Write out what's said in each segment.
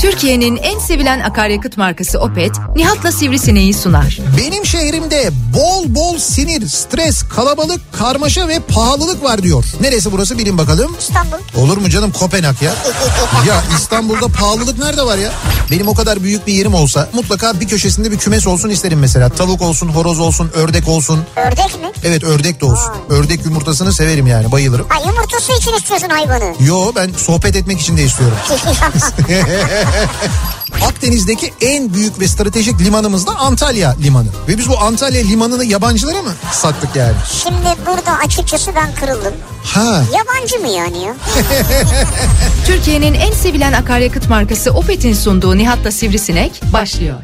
Türkiye'nin en sevilen akaryakıt markası Opet, Nihat'la Sivrisineği sunar. Benim şehrimde bol bol sinir, stres, kalabalık, karmaşa ve pahalılık var diyor. Neresi burası bilin bakalım. İstanbul. Olur mu canım, Kopenhag ya. Ya İstanbul'da pahalılık nerede var ya? Benim o kadar büyük bir yerim olsa mutlaka bir köşesinde bir kümes olsun isterim mesela. Tavuk olsun, horoz olsun, ördek olsun. Ördek mi? Evet, ördek de olsun. Ördek yumurtasını severim yani, bayılırım. Ha, yumurtası için istiyorsun hayvanı. Yo, ben sohbet etmek için de istiyorum. Akdeniz'deki en büyük ve stratejik limanımız da Antalya Limanı. Ve biz bu Antalya Limanı'nı yabancılara mı sattık yani? Şimdi burada açıkçası ben kırıldım. Ha. Yabancı mı yani ya? Türkiye'nin en sevilen akaryakıt markası Opet'in sunduğu Nihat'la Sivrisinek başlıyor.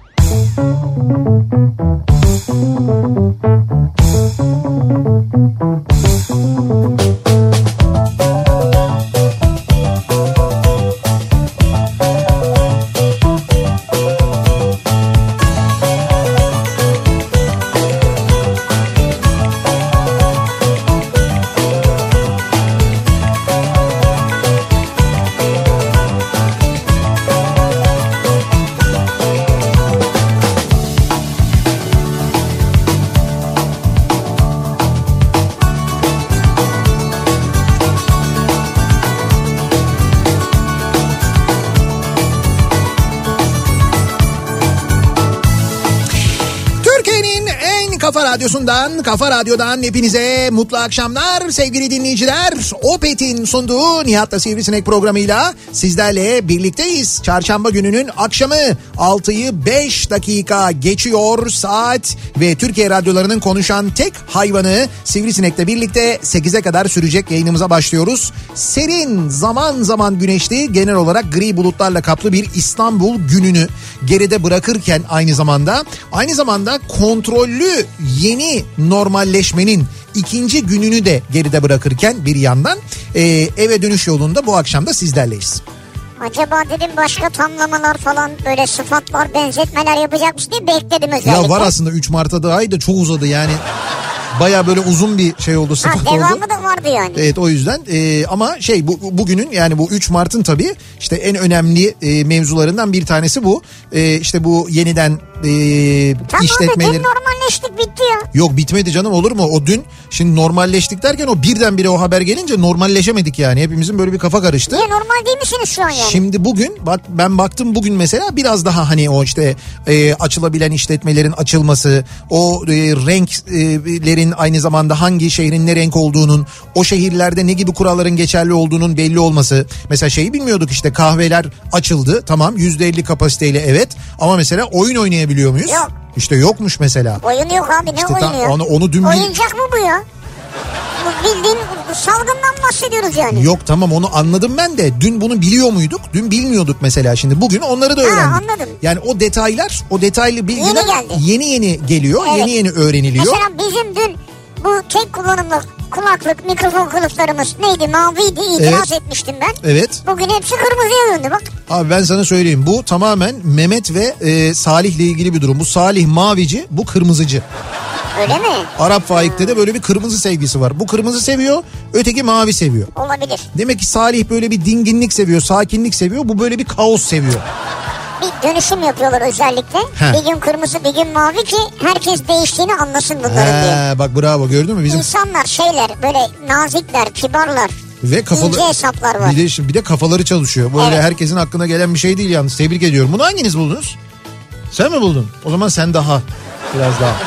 Kafa Radyo'dan hepinize mutlu akşamlar sevgili dinleyiciler. Opet'in sunduğu Nihat'la Sivrisinek programıyla sizlerle birlikteyiz. Çarşamba gününün akşamı 6'yı 5 dakika geçiyor saat ve Türkiye radyolarının konuşan tek hayvanı Sivrisinek'le birlikte 8'e kadar sürecek yayınımıza başlıyoruz. Serin, zaman zaman güneşli, genel olarak gri bulutlarla kaplı bir İstanbul gününü geride bırakırken aynı zamanda kontrollü yeni normalleşmenin ikinci gününü de geride bırakırken bir yandan eve dönüş yolunda bu akşam da sizlerleyiz. Acaba dedim başka tamlamalar falan, böyle sıfatlar, benzetmeler yapacakmış diye bekledim özellikle. Ya var aslında, 3 Mart'a dahi da çok uzadı yani. Baya böyle uzun bir şey oldu, sıfat oldu. Devamı da vardı yani. Evet, o yüzden ama bugünün, yani bu 3 Mart'ın tabii işte en önemli mevzularından bir tanesi bu. İşte bu yeniden işletmeleri. Tamam, dün normalleştik, bitti ya. Yok, bitmedi canım, olur mu? O dün, şimdi normalleştik derken o birdenbire o haber gelince normalleşemedik yani. Hepimizin böyle bir kafa karıştı. Ya normal değil misiniz şu an yani? Şimdi bugün ben baktım, bugün mesela biraz daha hani o işte açılabilen işletmelerin açılması, o renklerin aynı zamanda hangi şehrin ne renk olduğunun, o şehirlerde ne gibi kuralların geçerli olduğunun belli olması. Mesela şeyi bilmiyorduk, işte kahveler açıldı, tamam, %50 kapasiteyle, evet, ama mesela oyun oynayabiliyor muyuz? Yok. İşte yokmuş mesela. Oyun yok abi, ne işte oyunu ya? Onu dün oyuncak mı bu ya? Bu bildiğin salgından bahsediyoruz yani. Yok, tamam, onu anladım ben de. Dün bunu biliyor muyduk? Dün bilmiyorduk mesela, şimdi bugün onları da öğrendik. Anladım. Yani o detaylı bilgiler yeni geliyor, evet. Yeni öğreniliyor. Mesela bizim dün bu tek kullanımlı kulaklık, mikrofon kılıflarımız neydi, maviydi, itiraz etmiştim ben. Evet. Bugün hepsi kırmızıya döndü bak. Abi ben sana söyleyeyim, bu tamamen Mehmet ve Salih'le ilgili bir durum. Bu Salih mavici, bu kırmızıcı. Öyle mi? Arap Faik'te de böyle bir kırmızı sevgisi var. Bu kırmızı seviyor, öteki mavi seviyor. Olabilir. Demek ki Salih böyle bir dinginlik seviyor, sakinlik seviyor. Bu böyle bir kaos seviyor. Bir dönüşüm yapıyorlar özellikle. Bir gün kırmızı, bir gün mavi ki herkes değiştiğini anlasın bunların diye. Bak bravo, gördün mü? Bizim İnsanlar böyle nazikler, kibarlar. Ve ince hesaplar var. Bir de kafaları çalışıyor. Böyle herkesin aklına gelen bir şey değil yalnız. Tebrik ediyorum. Bunu hanginiz buldunuz? Sen mi buldun? O zaman sen daha. Biraz daha.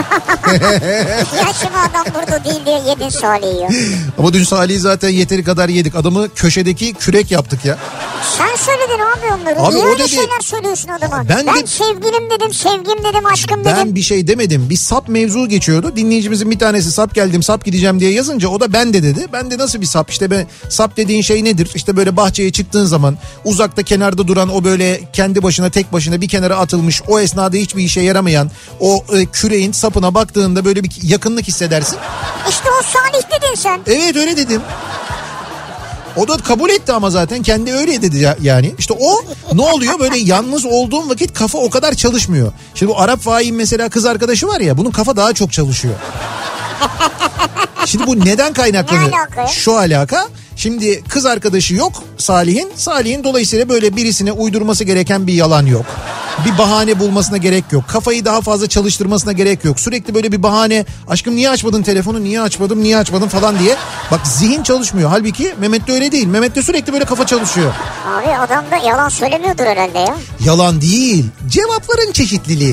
Ya şimdi adam burada değil diye yedin Salih'i ya. Ama dün Salih'i zaten yeteri kadar yedik. Adamı köşedeki kürek yaptık ya. Sen söyledin abi onları. Abi, niye o öyle dedi, şeyler söylüyorsun adama? Ben sevgilim dedim, sevgim dedim, aşkım dedim. Ben bir şey demedim. Bir sap mevzu geçiyordu. Dinleyicimizin bir tanesi sap geldim, sap gideceğim diye yazınca o da ben de dedi. Ben de nasıl bir sap? İşte sap dediğin şey nedir? İşte böyle bahçeye çıktığın zaman uzakta kenarda duran, o böyle kendi başına, tek başına bir kenara atılmış, o esnada hiçbir işe yaramayan o küreğin sapına baktığında böyle bir yakınlık hissedersin. İşte o Salih dedin sen. Evet, öyle dedim. O da kabul etti ama zaten kendi öyle dedi yani. İşte o ne oluyor, böyle yalnız olduğum vakit kafa o kadar çalışmıyor. Şimdi bu Arap Faik'in mesela kız arkadaşı var ya, bunun kafa daha çok çalışıyor. Şimdi bu neden kaynaklanıyor? Ne alaka? Şu alaka. Şimdi kız arkadaşı yok Salih'in. Salih'in dolayısıyla böyle birisine uydurması gereken bir yalan yok. Bir bahane bulmasına gerek yok. Kafayı daha fazla çalıştırmasına gerek yok. Sürekli böyle bir bahane, aşkım niye açmadın telefonu, niye açmadın falan diye. Bak zihin çalışmıyor. Halbuki Mehmet'te öyle değil. Mehmet'te sürekli böyle kafa çalışıyor. Abi adam da yalan söylemiyordur herhalde ya. Yalan değil. Cevapların çeşitliliği.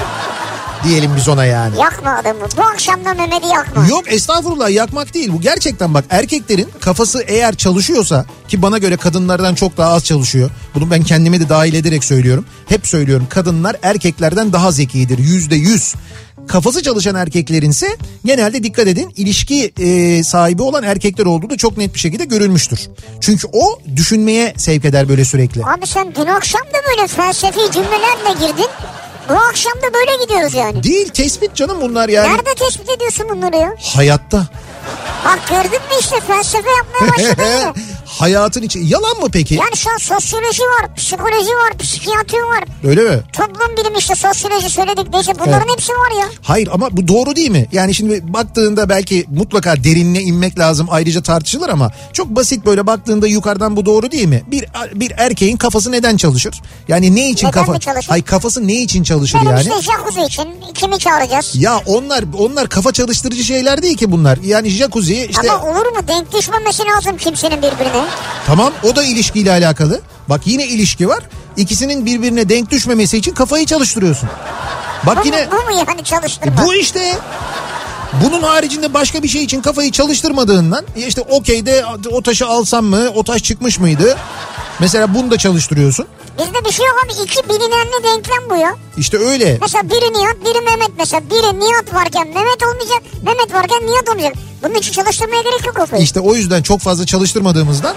Diyelim biz ona yani. Yakma adamı. Bu akşam da Mehmet'i yakma. Yok estağfurullah, yakmak değil. Bu gerçekten bak, erkeklerin kafası eğer çalışıyorsa, ki bana göre kadınlardan çok daha az çalışıyor. Bunu ben kendime de dahil ederek söylüyorum. Hep söylüyorum, kadınlar erkeklerden daha zekidir. %100. Kafası çalışan erkeklerinse genelde dikkat edin, ilişki sahibi olan erkekler olduğu da çok net bir şekilde görülmüştür. Çünkü o düşünmeye sevk eder böyle sürekli. Abi sen dün akşam da böyle felsefi cümlelerle girdin. Bu akşam da böyle gidiyoruz yani. Değil, tespit canım bunlar yani. Nerede tespit ediyorsun bunları ya? Hayatta. Bak gördün mü işte, felsefe yapmaya başladın. Hayatın içi. Yalan mı peki? Yani şu an sosyoloji var, psikoloji var, psikiyatri var. Öyle mi? Toplum bilimi işte, sosyoloji söyledik neyse, bunların hepsi var ya. Hayır ama bu doğru değil mi? Yani şimdi baktığında belki mutlaka derinine inmek lazım, ayrıca tartışılır ama çok basit böyle baktığında yukarıdan bu doğru değil mi? Bir erkeğin kafası neden çalışır? Yani ne için kafası ne için çalışır benim yani? işte jacuzzi için kimi çağıracağız? Ya onlar kafa çalıştırıcı şeyler değil ki bunlar. Yani jacuzzi işte. Ama olur mu? Denk düşmemesi lazım kimsenin birbirine. Tamam, o da ilişkiyle alakalı. Bak yine ilişki var. İkisinin birbirine denk düşmemesi için kafayı çalıştırıyorsun. Bak bu yine. Bu mu yani çalıştırma? Bu işte. Bunun haricinde başka bir şey için kafayı çalıştırmadığından, işte okeyde o taşı alsam mı, o taş çıkmış mıydı? Mesela bunu da çalıştırıyorsun. Bizde bir şey yok abi, iki bilinenli denklem bu ya. İşte öyle. Mesela biri Nihat, biri Mehmet mesela. Biri Nihat varken Mehmet olmayacak, Mehmet varken Nihat olmayacak. Bunun için çalıştırmaya gerek yok kafayı. İşte o yüzden çok fazla çalıştırmadığımızdan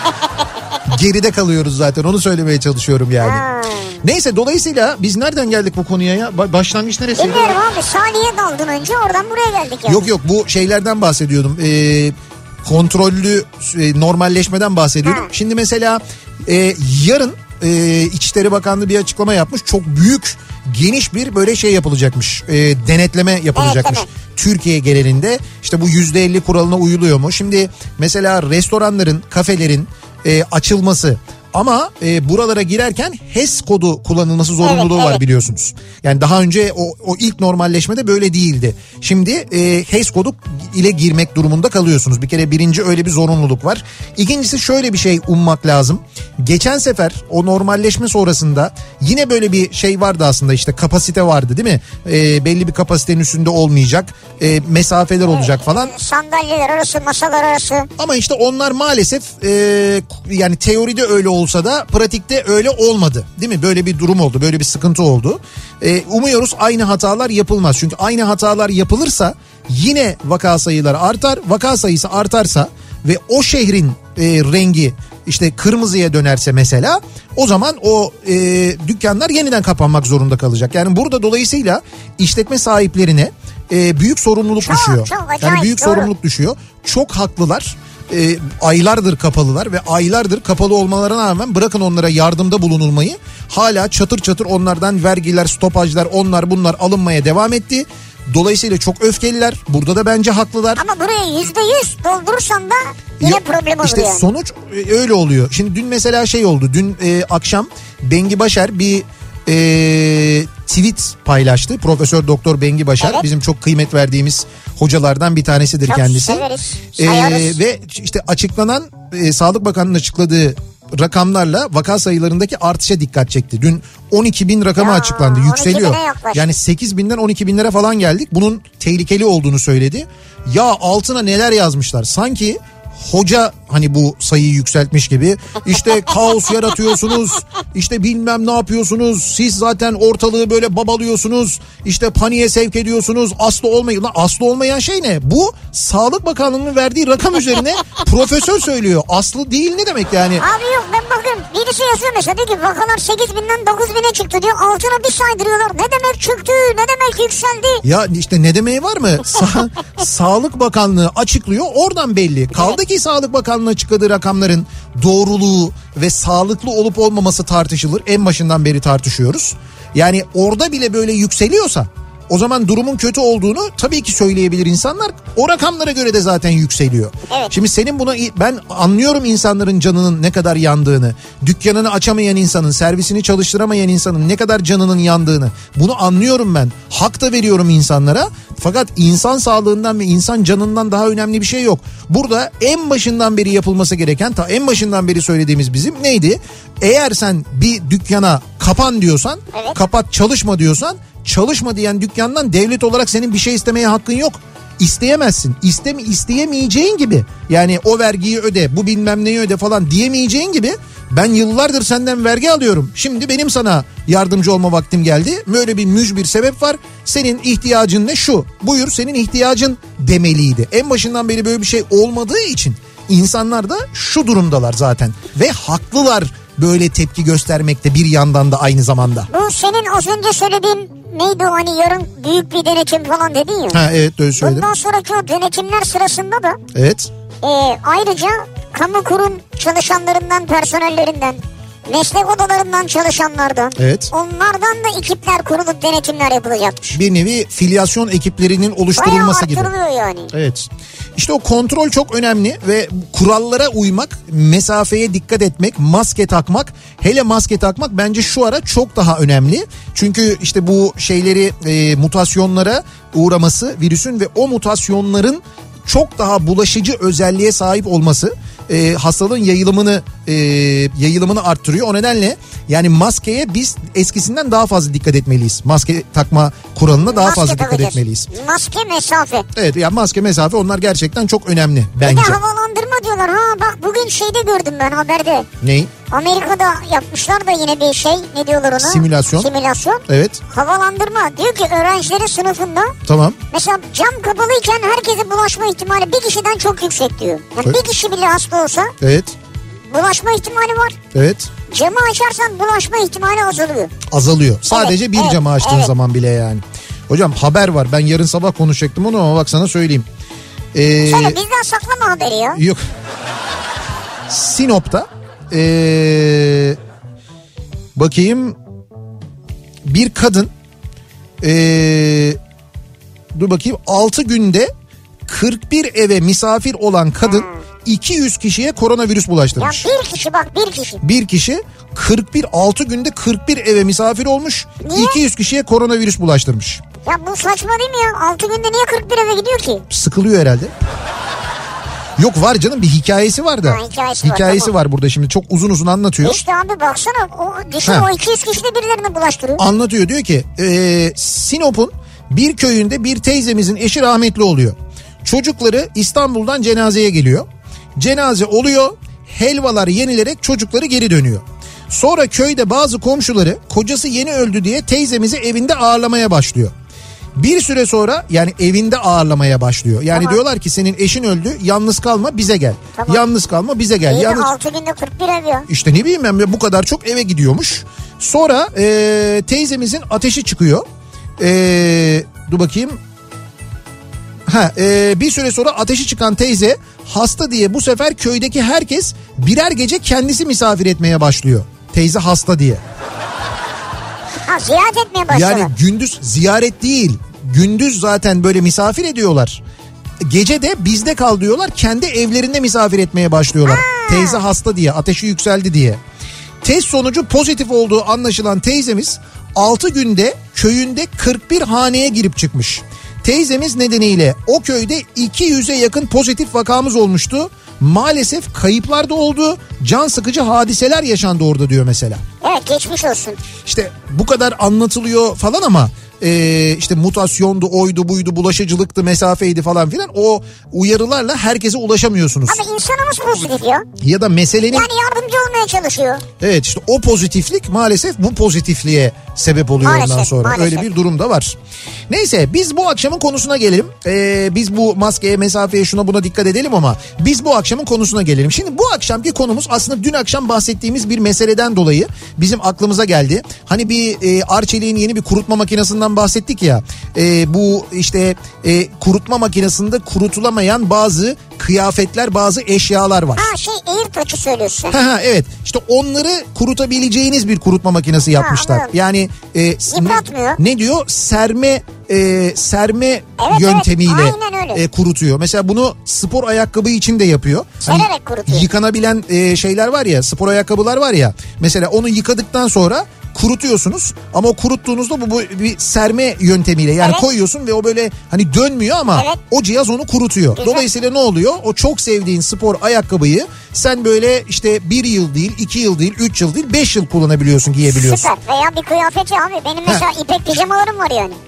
geride kalıyoruz zaten, onu söylemeye çalışıyorum yani. Neyse, dolayısıyla biz nereden geldik bu konuya ya? Başlangıç neresi? Bilmiyorum abi, Salih'e daldın önce, oradan buraya geldik yani. Yok bu şeylerden bahsediyordum. Kontrollü normalleşmeden bahsediyordum. Şimdi mesela yarın İçişleri Bakanlığı bir açıklama yapmış. Çok büyük, geniş bir böyle şey yapılacakmış. Denetleme yapılacakmış. Evet. Türkiye genelinde işte bu %50 kuralına uyuluyor mu? Şimdi mesela restoranların, kafelerin açılması, ama buralara girerken HES kodu kullanılması zorunluluğu var biliyorsunuz. Yani daha önce o ilk normalleşmede böyle değildi. Şimdi HES kodu ile girmek durumunda kalıyorsunuz. Bir kere birinci öyle bir zorunluluk var. İkincisi şöyle bir şey ummak lazım. Geçen sefer o normalleşme sonrasında yine böyle bir şey vardı aslında, işte kapasite vardı değil mi? Belli bir kapasitenin üstünde olmayacak. Mesafeler olacak falan. Sandalyeler arası, masalar arası. Ama işte onlar maalesef yani teoride öyle olsa da pratikte öyle olmadı değil mi? Böyle bir durum oldu, böyle bir sıkıntı oldu. Umuyoruz aynı hatalar yapılmaz. Çünkü aynı hatalar yapılırsa yine vaka sayıları artar. Vaka sayısı artarsa ve o şehrin rengi işte kırmızıya dönerse mesela, o zaman o dükkanlar yeniden kapanmak zorunda kalacak. Yani burada dolayısıyla işletme sahiplerine büyük sorumluluk düşüyor. Yani büyük sorumluluk düşüyor. Çok haklılar. Aylardır kapalılar ve aylardır kapalı olmalarına rağmen bırakın onlara yardımda bulunulmayı, hala çatır çatır onlardan vergiler, stopajlar, onlar bunlar alınmaya devam etti. Dolayısıyla çok öfkeliler. Burada da bence haklılar. Ama burayı %100 doldurursan da yine problem olur işte yani. Sonuç öyle oluyor. Şimdi dün mesela şey oldu. Dün akşam Bengi Başar bir tweet paylaştı. Profesör Doktor Bengi Başar, evet, bizim çok kıymet verdiğimiz hocalardan bir tanesidir çok kendisi. Severiz, ve işte açıklanan Sağlık Bakanı'nın açıkladığı rakamlarla vaka sayılarındaki artışa dikkat çekti. Dün 12 bin rakamı açıklandı, yükseliyor. Yani 8 binden 12 binlere falan geldik. Bunun tehlikeli olduğunu söyledi. Ya altına neler yazmışlar, sanki hoca hani bu sayıyı yükseltmiş gibi, işte kaos yaratıyorsunuz, işte bilmem ne yapıyorsunuz, siz zaten ortalığı böyle babalıyorsunuz, işte paniğe sevk ediyorsunuz, aslı olmayın. Lan aslı olmayan şey ne? Bu Sağlık Bakanlığı'nın verdiği rakam üzerine profesör söylüyor. Aslı değil ne demek yani? Abi yok, ben bakıyorum birisi yazıyor mesela, diyor ki vakalar 8 binden 9 bine çıktı diyor, altına bir saydırıyorlar. Ne demek çıktı, ne demek yükseldi? Ya işte ne demeyi var mı? Sağlık Bakanlığı açıklıyor, oradan belli. Kaldı ki Sağlık Bakanlığı açıkladığı rakamların doğruluğu ve sağlıklı olup olmaması tartışılır. En başından beri tartışıyoruz. Yani orada bile böyle yükseliyorsa O zaman durumun kötü olduğunu tabii ki söyleyebilir insanlar. O rakamlara göre de zaten yükseliyor. Evet. Şimdi senin buna, ben anlıyorum insanların canının ne kadar yandığını. Dükkanını açamayan insanın, servisini çalıştıramayan insanın ne kadar canının yandığını. Bunu anlıyorum ben. Hak da veriyorum insanlara. Fakat insan sağlığından ve insan canından daha önemli bir şey yok. Burada en başından beri yapılması gereken, en başından beri söylediğimiz bizim neydi? Eğer sen bir dükkana kapan diyorsan, evet, kapat çalışma diyorsan, çalışma diyen dükkandan devlet olarak senin bir şey istemeye hakkın yok. İsteyemezsin. İsteyemeyeceğin gibi, yani o vergiyi öde, bu bilmem neyi öde falan diyemeyeceğin gibi, ben yıllardır senden vergi alıyorum. Şimdi benim sana yardımcı olma vaktim geldi. Böyle bir mücbir sebep var. Senin ihtiyacın ne? Şu. Buyur, senin ihtiyacın demeliydi. En başından beri böyle bir şey olmadığı için insanlar da şu durumdalar zaten. Ve haklılar böyle tepki göstermekte bir yandan da aynı zamanda. Bu senin az önce söylediğin neydi o, hani yarın büyük bir denetim falan dedin ya. Ha, evet, öyle söyledim. Bundan sonraki o denetimler sırasında da evet, ayrıca kamu kurum çalışanlarından, personellerinden, meslek odalarından çalışanlardan, evet, onlardan da ekipler kurulup denetimler yapılacakmış. Bir nevi filyasyon ekiplerinin oluşturulması gibi. Bayağı arttırılıyor yani. Evet. İşte o kontrol çok önemli ve kurallara uymak, mesafeye dikkat etmek, maske takmak, hele maske takmak bence şu ara çok daha önemli. Çünkü işte bu şeyleri, mutasyonlara uğraması virüsün ve o mutasyonların çok daha bulaşıcı özelliğe sahip olması hastalığın yayılımını arttırıyor. O nedenle yani maskeye biz eskisinden daha fazla dikkat etmeliyiz. Maske takma kuralına daha fazla dikkat etmeliyiz. Maske, mesafe. Evet, yani maske, mesafe, onlar gerçekten çok önemli bence. Bir de havalandırma diyorlar. Ha bak, bugün şeyde gördüm ben haberde. Ney? Amerika'da yapmışlar da yine bir şey, ne diyorlar ona? Simülasyon. Evet. Havalandırma. Diyor ki öğrencilerin sınıfında. Tamam. Mesela cam kapalıyken herkese bulaşma ihtimali bir kişiden çok yüksek diyor. Yani bir kişi bile hasta olsa. Evet. Bulaşma ihtimali var. Evet. Camı açarsan bulaşma ihtimali azalıyor. Azalıyor. Sadece bir camı açtığın zaman bile yani. Hocam haber var. Ben yarın sabah konuşacaktım onu ama bak sana söyleyeyim. Söyle, bizden saklama haberi ya. Yok. Sinop'ta bakayım, bir kadın dur bakayım, 6 günde 41 eve misafir olan kadın 200 kişiye koronavirüs bulaştırmış. Ya bir kişi, bak bir kişi. Bir kişi 6 günde 41 eve misafir olmuş. Niye? 200 kişiye koronavirüs bulaştırmış. Ya bu saçma değil mi ya? 6 günde niye 41 eve gidiyor ki? Sıkılıyor herhalde. Yok, var canım, bir hikayesi var da. Hikayesi var burada, şimdi çok uzun uzun anlatıyor. İşte abi baksana, o 200 kişi de birilerine bulaştırıyor. Anlatıyor, diyor ki Sinop'un bir köyünde bir teyzemizin eşi rahmetli oluyor. Çocukları İstanbul'dan cenazeye geliyor. Cenaze oluyor, helvalar yenilerek çocukları geri dönüyor. Sonra köyde bazı komşuları kocası yeni öldü diye teyzemizi evinde ağırlamaya başlıyor. Bir süre sonra yani evinde ağırlamaya başlıyor. Yani tamam, diyorlar ki senin eşin öldü, yalnız kalma bize gel. Tamam. Yalnız kalma bize gel. İyi, 6 günde 41 ev ya. İşte ne bileyim ben, bu kadar çok eve gidiyormuş. Sonra teyzemizin ateşi çıkıyor. Dur bakayım. Bir süre sonra ateşi çıkan teyze hasta diye bu sefer köydeki herkes birer gece kendisi misafir etmeye başlıyor. Teyze hasta diye. Ha, ziyaret etmeye başlıyorlar. Yani gündüz ziyaret değil. Gündüz zaten böyle misafir ediyorlar. Gece de bizde kal diyorlar. Kendi evlerinde misafir etmeye başlıyorlar. Teyze hasta diye, ateşi yükseldi diye. Test sonucu pozitif olduğu anlaşılan teyzemiz 6 günde köyünde 41 haneye girip çıkmış. Teyzemiz nedeniyle o köyde 200'e yakın pozitif vakamız olmuştu. Maalesef kayıplar da oldu. Can sıkıcı hadiseler yaşandı orada diyor mesela. Evet, geçmiş olsun. İşte bu kadar anlatılıyor falan ama işte mutasyondu, oydu, buydu, bulaşıcılıktı, mesafeydi falan filan, o uyarılarla herkese ulaşamıyorsunuz. Abi insanımız pozitif ya. Ya da meselenin... Yani yardımcı olmaya çalışıyor. Evet, işte o pozitiflik maalesef bu pozitifliğe sebep oluyor ondan sonra. Öyle bir durum da var. Neyse, biz bu akşamın konusuna gelelim. Biz bu maskeye, mesafeye, şuna buna dikkat edelim ama biz bu akşamın konusuna gelelim. Şimdi bu akşamki konumuz aslında dün akşam bahsettiğimiz bir meseleden dolayı bizim aklımıza geldi. Hani bir Arçelik'in yeni bir kurutma makinesinden bahsettik ya. Bu işte kurutma makinesinde kurutulamayan bazı kıyafetler, bazı eşyalar var. AirTouch'u söylüyorsun. Evet, işte onları kurutabileceğiniz bir kurutma makinesi yapmışlar. Yani ne diyor? Serme yöntemiyle kurutuyor. Mesela bunu spor ayakkabı için de yapıyor. Sererek kurutuyor. Yıkanabilen şeyler var ya, spor ayakkabılar var ya. Mesela onu yıkadıktan sonra kurutuyorsunuz ama o kuruttuğunuzda bu bir serme yöntemiyle yani koyuyorsun ve o böyle hani dönmüyor ama o cihaz onu kurutuyor. Güzel. Dolayısıyla ne oluyor? O çok sevdiğin spor ayakkabıyı sen böyle işte 1 yıl değil, 2 yıl değil, 3 yıl değil, 5 yıl kullanabiliyorsun, giyebiliyorsun. Süper. Veya bir kıyafeti abi. Benim mesela ipek pijamalarım var yani.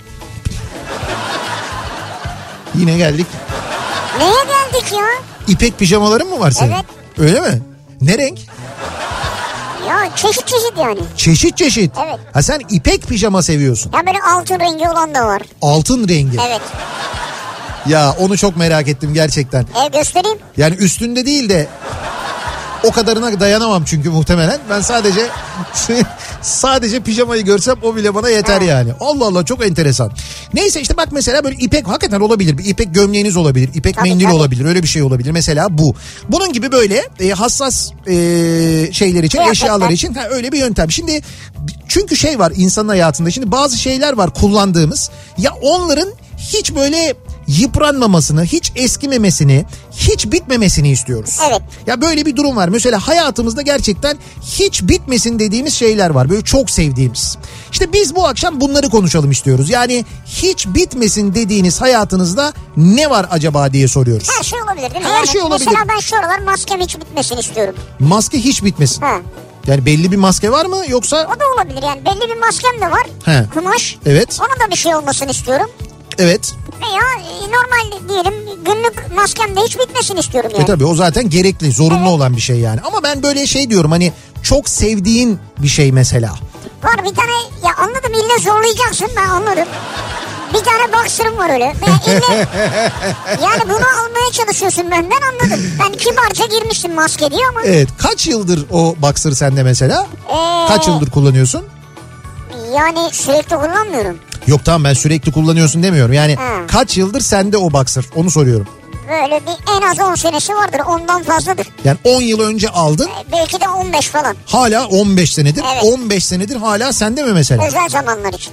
Yine geldik. Neye geldik ya? İpek pijamaların mı var senin? Evet. Öyle mi? Ne renk? Ya çeşit yani. Çeşit. Evet. Ha sen ipek pijama seviyorsun. Ya böyle altın rengi olan da var. Altın rengi. Evet. Ya onu çok merak ettim gerçekten. Göstereyim. Yani üstünde değil de o kadarına dayanamam çünkü muhtemelen. Ben sadece pijamayı görsem o bile bana yeter yani. Allah Allah, çok enteresan. Neyse işte bak mesela böyle ipek hakikaten olabilir. Bir ipek gömleğiniz olabilir. İpek mendil olabilir. Öyle bir şey olabilir. Mesela bu. Bunun gibi böyle hassas şeyler için, eşyalar için öyle bir yöntem. Şimdi çünkü şey var insanın hayatında. Şimdi bazı şeyler var kullandığımız. Ya onların hiç böyle yıpranmamasını, hiç eskimemesini, hiç bitmemesini istiyoruz. Evet. Ya böyle bir durum var. Mesela hayatımızda gerçekten hiç bitmesin dediğimiz şeyler var. Böyle çok sevdiğimiz. İşte biz bu akşam bunları konuşalım istiyoruz. Yani hiç bitmesin dediğiniz hayatınızda ne var acaba diye soruyoruz. Her şey olabilir değil mi? Her şey olabilir. Mesela ben şu aralar maskem hiç bitmesin istiyorum. Maske hiç bitmesin. Yani belli bir maske var mı yoksa? O da olabilir yani. Belli bir maskem de var. Kumaş. Evet. Ona da bir şey olmasın istiyorum. Evet. Veya normal diyelim günlük maskem de hiç bitmesin istiyorum yani. Tabii o zaten gerekli, zorunlu olan bir şey yani. Ama ben böyle şey diyorum, hani çok sevdiğin bir şey mesela. Var bir tane, ya anladım, illa zorlayacaksın, ben anladım. Bir tane boxer'ım var öyle. Yani bunu almaya çalışıyorsun benden, anladım. Ben kibarca girmiştim maske diye ama. Evet, kaç yıldır o boxer sende mesela? Kaç yıldır kullanıyorsun? Yani sürekli kullanmıyorum. Yok tamam, ben sürekli kullanıyorsun demiyorum. Yani kaç yıldır sende o boxer, onu soruyorum. Böyle bir en az 10 senesi vardır, ondan fazladır. Yani 10 yıl önce aldın. Belki de 15 falan. Hala 15 senedir. Evet. 15 senedir hala sende mi mesela? Özel zamanlar için.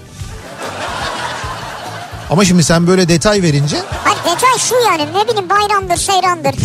Ama şimdi sen böyle detay verince... Hayır, detay şu yani, ne bileyim, bayramdır, seyrandır.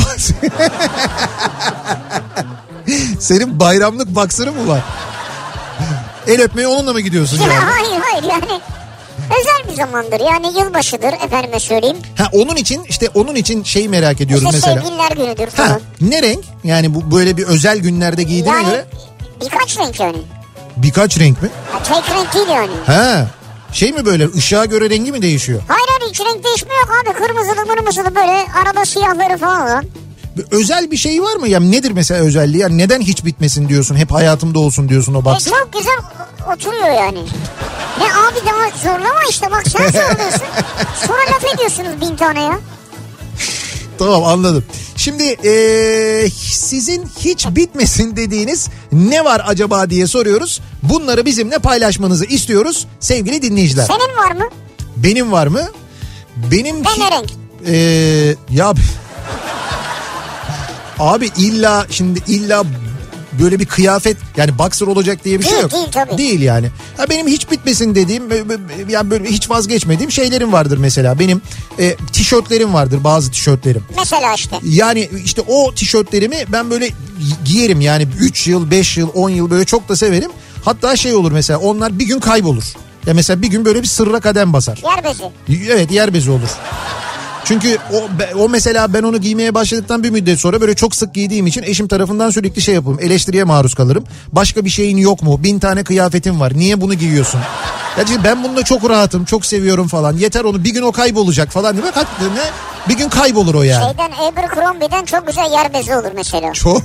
Senin bayramlık boxer'ın mı var? El öpmeye onunla mı gidiyorsun yani? Hayır yani. Özel bir zamandır yani, yılbaşıdır efendime söyleyeyim. Onun için şeyi merak ediyoruz işte mesela. Sevgililer günüdür falan. Ne renk? Yani bu böyle bir özel günlerde giydiğine göre. Birkaç renk yani. Birkaç renk mi? Tek renk değil yani. Şey mi, böyle ışığa göre rengi mi değişiyor? Hayır, hiç renk değişmiyor abi. Kırmızılı böyle, arada siyahları falan var. Özel bir şey var mı? Yani nedir mesela özelliği? Yani neden hiç bitmesin diyorsun? Hep hayatımda olsun diyorsun o boxer. Çok güzel oturuyor yani. Ne abi, daha zorlama işte, bak sen söylüyorsun. Sonra laf ediyorsunuz 1000 tane ya. Tamam, anladım. Şimdi sizin hiç bitmesin dediğiniz ne var acaba diye soruyoruz. Bunları bizimle paylaşmanızı istiyoruz sevgili dinleyiciler. Senin var mı? Benim var mı? Benim ne renk? Ya abi illa böyle bir kıyafet, yani boxer olacak diye bir şey yok. Değil tabii. Değil yani. Benim hiç bitmesin dediğim, yani böyle hiç vazgeçmediğim şeylerim vardır mesela. Benim tişörtlerim vardır, bazı tişörtlerim. Mesela işte. Yani işte o tişörtlerimi ben böyle giyerim yani 3 yıl, 5 yıl, 10 yıl böyle çok da severim. Hatta şey olur mesela, onlar bir gün kaybolur. Ya mesela bir gün böyle bir sırra kadem basar. Yer bezi. Evet, yer bezi olur. Çünkü o mesela ben onu giymeye başladıktan bir müddet sonra böyle çok sık giydiğim için eşim tarafından sürekli şey yaparım. Eleştiriye maruz kalırım. Başka bir şeyin yok mu? 1000 tane kıyafetin var. Niye bunu giyiyorsun? Ya ben bununla çok rahatım, çok seviyorum falan. Yeter onu, bir gün o kaybolacak falan diye. Bir gün kaybolur o yani. Abercrombie'den çok güzel yer bezi olur mesela. Çok.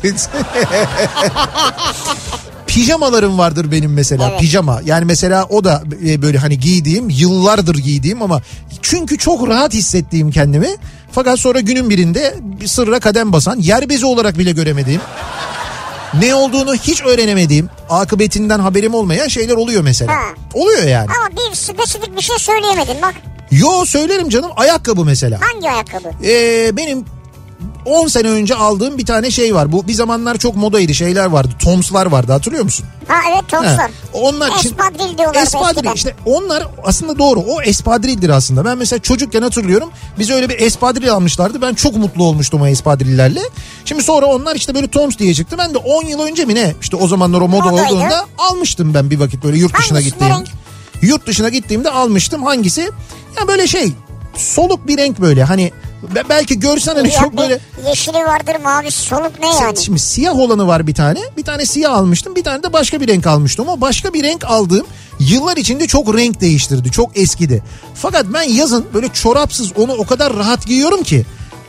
Pijamalarım vardır benim mesela, evet. Pijama. Yani mesela o da böyle hani giydiğim, yıllardır giydiğim ama çünkü çok rahat hissettiğim kendimi. Fakat sonra günün birinde bir sırra kadem basan, yer bezi olarak bile göremediğim, ne olduğunu hiç öğrenemediğim, akıbetinden haberim olmayan şeyler oluyor mesela. Oluyor yani. Ama bir spesifik bir şey söyleyemedin bak. Yo, söylerim canım, ayakkabı mesela. Hangi ayakkabı? Benim 10 sene önce aldığım bir tane şey var. Bu bir zamanlar çok modaydı, şeyler vardı. Toms'lar vardı, hatırlıyor musun? Ha evet, Toms'lar. Onlar Espadril diyorlar. Espadril işte, onlar aslında doğru, o espadrildir aslında. Ben mesela çocukken hatırlıyorum, bize öyle bir espadril almışlardı. Ben çok mutlu olmuştum o espadrillerle. Şimdi sonra onlar işte böyle Toms diye çıktı. Ben de 10 yıl önce mi ne, işte o zamanlar o moda olduğunda almıştım ben bir vakit, böyle yurt dışına gittiğim. Yurt dışına gittiğimde almıştım. Hangisi? Ya böyle şey, soluk bir renk böyle, hani belki görsen hani çok böyle. Yeşili vardır, mavisi, soluk ne yani? Şimdi siyah olanı var bir tane. Bir tane siyah almıştım, bir tane de başka bir renk almıştım. O başka bir renk aldığım yıllar içinde çok renk değiştirdi. Çok eskidi. Fakat ben yazın böyle çorapsız onu o kadar rahat giyiyorum ki.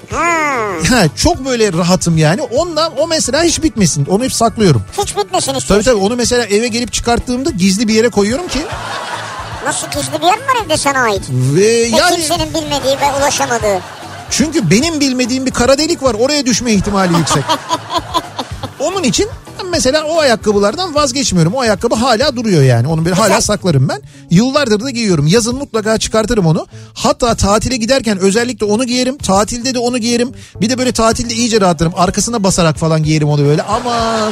Çok böyle rahatım yani. Ondan o mesela hiç bitmesin. Onu hep saklıyorum. Hiç bitmesin istiyorsun. Tabii onu mesela eve gelip çıkarttığımda gizli bir yere koyuyorum ki. Nasıl, gizli bir yer mi var evde sana ait? Ve yani kimsenin bilmediği ve ulaşamadığı. Çünkü benim bilmediğim bir kara delik var. Oraya düşme ihtimali yüksek. Onun için mesela o ayakkabılardan vazgeçmiyorum. O ayakkabı hala duruyor yani. Onu böyle hala saklarım ben. Yıllardır da giyiyorum. Yazın mutlaka çıkartırım onu. Hatta tatile giderken özellikle onu giyerim. Tatilde de onu giyerim. Bir de böyle tatilde iyice rahatlarım. Arkasına basarak falan giyerim onu böyle. Aman.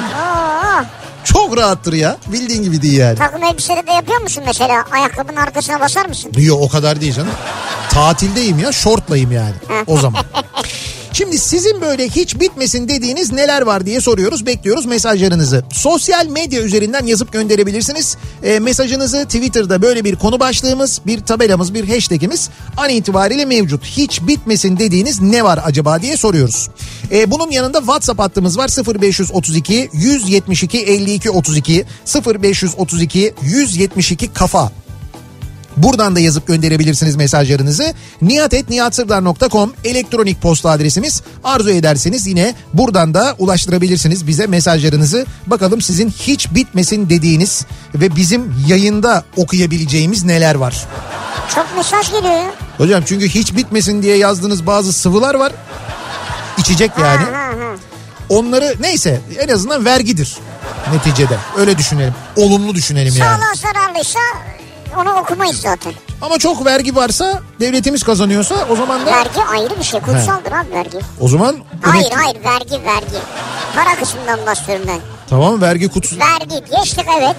Çok rahattır ya. Bildiğin gibi değil yani. Takım elbisede de yapıyor musun mesela? Ayakkabının arkasına basar mısın? Yok, o kadar değil canım. Tatildeyim ya, şortlayım yani o zaman. Şimdi sizin böyle hiç bitmesin dediğiniz neler var diye soruyoruz. Bekliyoruz mesajlarınızı. Sosyal medya üzerinden yazıp gönderebilirsiniz. Mesajınızı Twitter'da böyle bir konu başlığımız, bir tabelamız, bir hashtagimiz an itibariyle mevcut. Hiç bitmesin dediğiniz ne var acaba diye soruyoruz. Bunun yanında WhatsApp hattımız var. 0532 172 52 32 0532 172 kafa. Buradan da yazıp gönderebilirsiniz mesajlarınızı. nihat@nihatsırdar.com elektronik posta adresimiz. Arzu ederseniz yine buradan da ulaştırabilirsiniz bize mesajlarınızı. Bakalım sizin hiç bitmesin dediğiniz ve bizim yayında okuyabileceğimiz neler var? Çok mesaj geliyor ya. Hocam çünkü hiç bitmesin diye yazdığınız bazı sıvılar var. İçecek yani. Onları neyse, en azından vergidir neticede. Öyle düşünelim. Olumlu düşünelim yani. Sağlığa zararlıysa onu okumayız zaten. Ama çok vergi varsa, devletimiz kazanıyorsa o zaman da... Vergi ayrı bir şey. Kutsaldır abi vergi. O zaman... Hayır vergi. Para kısmından bahsediyorum ben. Tamam, vergi kutusu. Vergi geçtik, evet.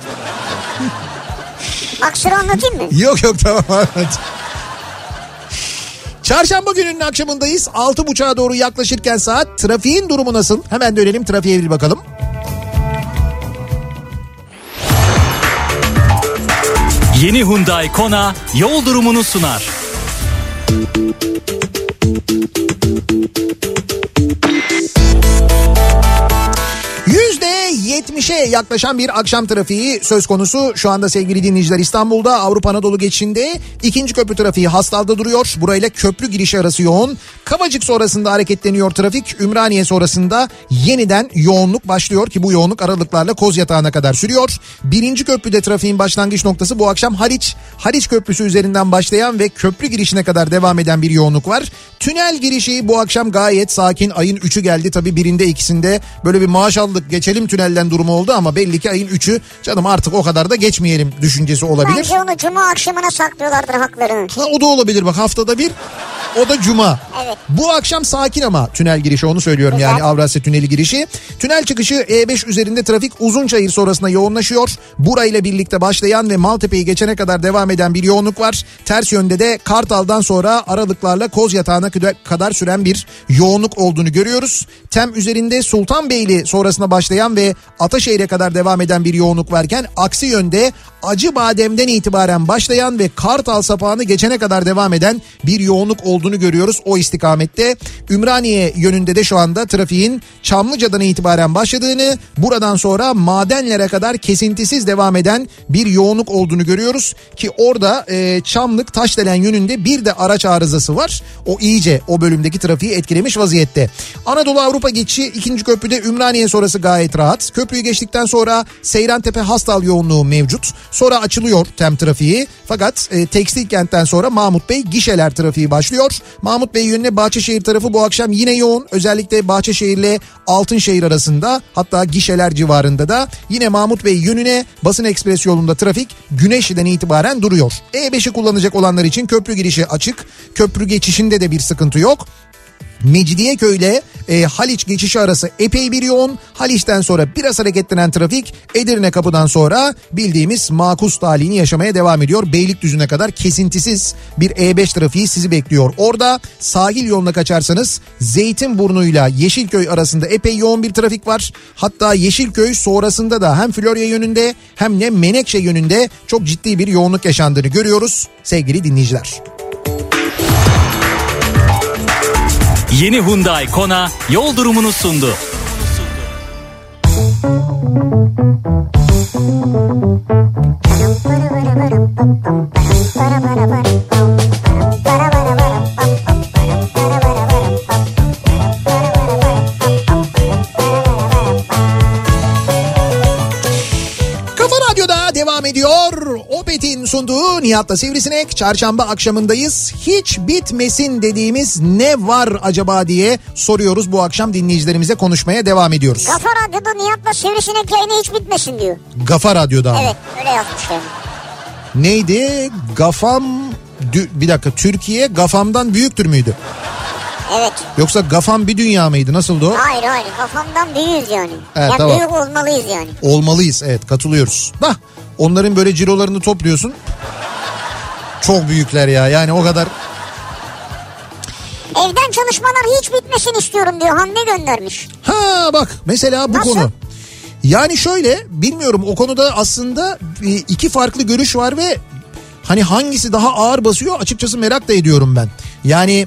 Aksırı anlatayım mı? Yok tamam anlat. Çarşamba gününün akşamındayız. 6.30'a doğru yaklaşırken saat. Trafiğin durumu nasıl? Hemen dönelim trafiğe bir bakalım. Yeni Hyundai Kona yol durumunu sunar. %70'e yaklaşan bir akşam trafiği söz konusu. Şu anda sevgili dinleyiciler, İstanbul'da Avrupa Anadolu geçişinde 2. köprü trafiği Hastal'da duruyor. Burayla köprü girişi arası yoğun. Kavacık sonrasında hareketleniyor trafik. Ümraniye sonrasında yeniden yoğunluk başlıyor ki bu yoğunluk aralıklarla Kozyatağı'na kadar sürüyor. 1. köprüde trafiğin başlangıç noktası bu akşam Haliç Köprüsü üzerinden başlayan ve köprü girişine kadar devam eden bir yoğunluk var. Tünel girişi bu akşam gayet sakin. Ayın 3'ü geldi tabii, birinde ikisinde böyle bir maaş aldık, geçelim tünelden durumu oldu ama belli ki ayın 3'ü canım artık o kadar da geçmeyelim düşüncesi olabilir. Bence onu cuma akşamına saklıyorlardır haklarını. O da olabilir, bak haftada bir, o da cuma. Evet. Bu akşam sakin ama tünel girişi, onu söylüyorum. Güzel. Yani Avrasya Tüneli girişi. Tünel çıkışı E5 üzerinde trafik Uzunçayır sonrasında yoğunlaşıyor. Burayla birlikte başlayan ve Maltepe'yi geçene kadar devam eden bir yoğunluk var. Ters yönde de Kartal'dan sonra aralıklarla Kozyatağı'na kadar süren bir yoğunluk olduğunu görüyoruz. Tem üzerinde Sultanbeyli sonrasında başlayan ve Ataşehir'e kadar devam eden bir yoğunluk varken aksi yönde Acıbadem'den itibaren başlayan ve Kartal sapağını geçene kadar devam eden bir yoğunluk olduğunu görüyoruz o istikamette. Ümraniye yönünde de şu anda trafiğin Çamlıca'dan itibaren başladığını, buradan sonra Madenlere kadar kesintisiz devam eden bir yoğunluk olduğunu görüyoruz ki orada Çamlık Taşdelen yönünde bir de araç arızası var. O iyice o bölümdeki trafiği etkilemiş vaziyette. Anadolu Avrupa geçişi 2. köprüde Ümraniye sonrası gayet rahat. Köprüyü geçtikten sonra Seyrantepe Hastal yoğunluğu mevcut. Sonra açılıyor tem trafiği. Fakat Tekstil Kent'ten sonra Mahmut Bey gişeler trafiği başlıyor. Mahmut Bey yönüne Bahçeşehir tarafı bu akşam yine yoğun. Özellikle Bahçeşehir ile Altınşehir arasında, hatta gişeler civarında da yine Mahmut Bey yönüne Basın Ekspres yolunda trafik Güneşli'den itibaren duruyor. E5'i kullanacak olanlar için köprü girişi açık. Köprü geçişinde de bir sıkıntı yok. Mecidiyeköy ile Haliç geçişi arası epey bir yoğun. Haliç'ten sonra biraz hareketlenen trafik Edirne kapıdan sonra bildiğimiz makus talihini yaşamaya devam ediyor. Beylikdüzü'ne kadar kesintisiz bir E5 trafiği sizi bekliyor. Orada sahil yoluna kaçarsanız Zeytinburnu'yla Yeşilköy arasında epey yoğun bir trafik var. Hatta Yeşilköy sonrasında da hem Florya yönünde hem de Menekşe yönünde çok ciddi bir yoğunluk yaşandığını görüyoruz sevgili dinleyiciler. Yeni Hyundai Kona yol durumunu sundu. Devam ediyor. Opet'in sunduğu Nihat'la Sivrisinek. Çarşamba akşamındayız. Hiç bitmesin dediğimiz ne var acaba diye soruyoruz bu akşam dinleyicilerimize, konuşmaya devam ediyoruz. Kafa Radyo'da Nihat'la Sivrisinek yayını hiç bitmesin diyor. Kafa Radyo'da. Evet, öyle yazmış yani. Neydi? Gafam... Bir dakika, Türkiye Gafam'dan büyüktür müydü? Evet. Yoksa Gafam bir dünya mıydı? Nasıldı o? Hayır kafamdan büyüğüz yani. Evet, yani tamam. Büyük olmalıyız yani. Olmalıyız, evet, katılıyoruz. Da onların böyle cirolarını topluyorsun. Çok büyükler ya, yani o kadar. Evden çalışmalar hiç bitmesin istiyorum diyor, Hande göndermiş. Ha bak mesela bu Nasıl? konu. Yani şöyle, bilmiyorum, o konuda aslında iki farklı görüş var ve hani hangisi daha ağır basıyor açıkçası merak da ediyorum ben. Yani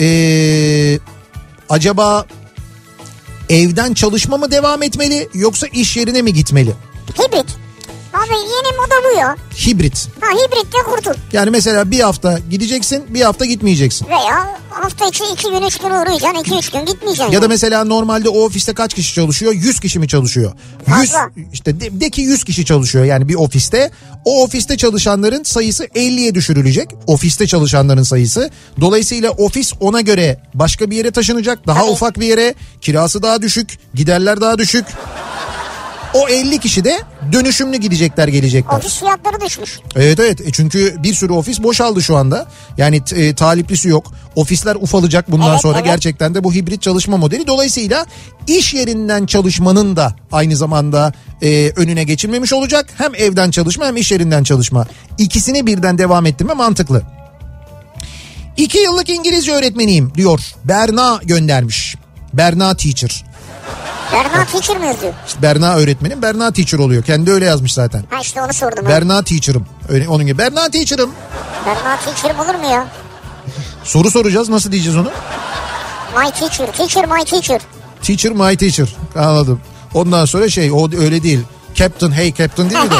acaba evden çalışma mı devam etmeli yoksa iş yerine mi gitmeli? Hibrit. Abi yeni moda bu ya. Hibrit. Hibritte kurtul. Yani mesela bir hafta gideceksin, bir hafta gitmeyeceksin. Veya hafta içi 2 gün 3 gün uğrayacaksın, 2-3 gün gitmeyeceksin. Ya da mesela normalde o ofiste kaç kişi çalışıyor? 100 kişi mi çalışıyor? 100, fazla. işte de ki 100 kişi çalışıyor yani bir ofiste. O ofiste çalışanların sayısı 50'ye düşürülecek. Ofiste çalışanların sayısı. Dolayısıyla ofis ona göre başka bir yere taşınacak. Daha Tabii. ufak bir yere. Kirası daha düşük. Giderler daha düşük. O 50 kişi de dönüşümlü gidecekler, gelecekler. Ofis fiyatları düşmüş. Evet. Çünkü bir sürü ofis boşaldı şu anda. Yani taliplisi yok. Ofisler ufalacak bundan Evet, sonra evet. Gerçekten de bu hibrit çalışma modeli. Dolayısıyla iş yerinden çalışmanın da aynı zamanda önüne geçilmemiş olacak. Hem evden çalışma hem iş yerinden çalışma. İkisini birden devam ettirme mantıklı. 2 yıllık İngilizce öğretmeniyim diyor. Berna göndermiş. Berna Teacher. Berna Teacher mi yazıyor? İşte Berna öğretmenim, Berna Teacher oluyor. Kendi öyle yazmış zaten. Ha işte onu sordum. Berna Teacher'ım. Öyle, onun gibi. Berna Teacher'ım. Berna Teacher'ım olur mu ya? Soru soracağız, nasıl diyeceğiz onu? My teacher, teacher my teacher. Teacher my teacher. Anladım. Ondan sonra o öyle değil. Captain, hey Captain değil mi de?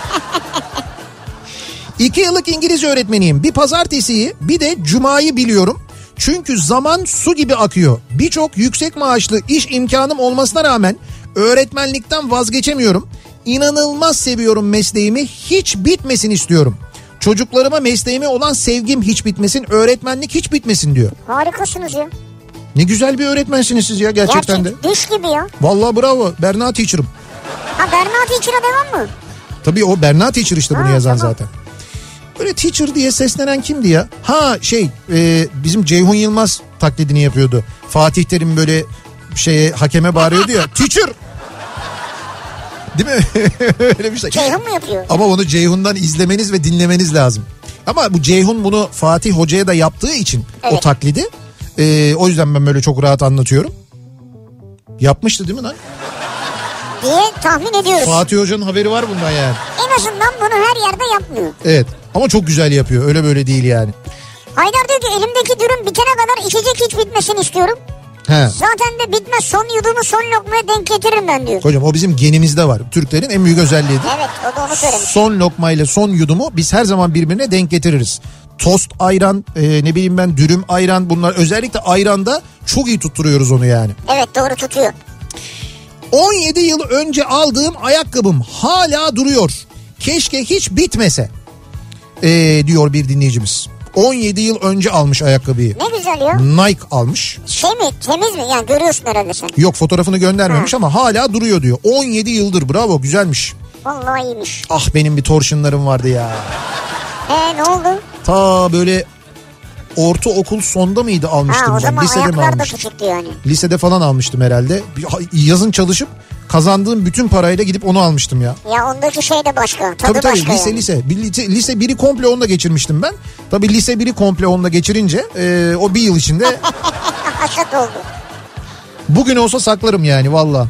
2 yıllık İngilizce öğretmeniyim. Bir pazartesiyi bir de cumayı biliyorum. Çünkü zaman su gibi akıyor. Birçok yüksek maaşlı iş imkanım olmasına rağmen öğretmenlikten vazgeçemiyorum. İnanılmaz seviyorum mesleğimi. Hiç bitmesin istiyorum. Çocuklarıma mesleğime olan sevgim hiç bitmesin. Öğretmenlik hiç bitmesin diyor. Harikasınız ya. Ne güzel bir öğretmensiniz siz ya gerçekten de. Düş gibi ya. Vallahi bravo. Berna Teacher'ım. Ha Berna Teacher'a devam mı? Tabii o Berna Teacher işte bunu Ha, yazan tamam. zaten. Böyle teacher diye seslenen kimdi ya? Ha bizim Ceyhun Yılmaz taklidini yapıyordu. Fatih Terim böyle hakeme bağırıyordu ya. Teacher! Değil mi? Öyle bir şey. Ceyhun mu yapıyor? Ama onu Ceyhun'dan izlemeniz ve dinlemeniz lazım. Ama bu Ceyhun bunu Fatih Hoca'ya da yaptığı için o Evet. taklidi. O yüzden ben böyle çok rahat anlatıyorum. Yapmıştı değil mi lan? Diye tahmin ediyoruz. Fatih Hoca'nın haberi var bundan yani. En azından bunu her yerde yapmıyor. Evet ama çok güzel yapıyor, öyle böyle değil yani. Haydar diyor ki elimdeki dürüm bitene kadar içecek hiç bitmesin istiyorum. He. Zaten de bitmez, son yudumu son lokmaya denk getiririm ben diyor. Hocam o bizim genimizde var. Türklerin en büyük özelliğidir. Evet, o da onu söylemiş. Son lokmayla son yudumu biz her zaman birbirine denk getiririz. Tost ayran, dürüm ayran, bunlar özellikle ayranda çok iyi tutturuyoruz onu yani. Evet, doğru tutuyor. 17 yıl önce aldığım ayakkabım hala duruyor. Keşke hiç bitmese diyor bir dinleyicimiz. 17 yıl önce almış ayakkabıyı. Ne güzel ya. Nike almış. Temiz mi? Yani görüyorsun herhalde sen. Yok, fotoğrafını göndermemiş ama hala duruyor diyor. 17 yıldır, bravo, güzelmiş. Vallahi iyiymiş. Ah benim bir torşunlarım vardı ya. Ne oldu? Ta böyle ortaokul sonda mıydı almıştım Ha, o ben. zaman Lisede mi ayaklar da almıştım? küçüktü yani. Lisede falan almıştım herhalde. Yazın çalışıp kazandığım bütün parayla gidip onu almıştım ya. Ya ondaki şey de başka. Tadı Tabii başka lise yani. lise 1'i komple onunla geçirmiştim ben. Tabii lise 1'i komple onunla geçirince o bir yıl içinde Haşat oldu. bugün olsa saklarım yani valla.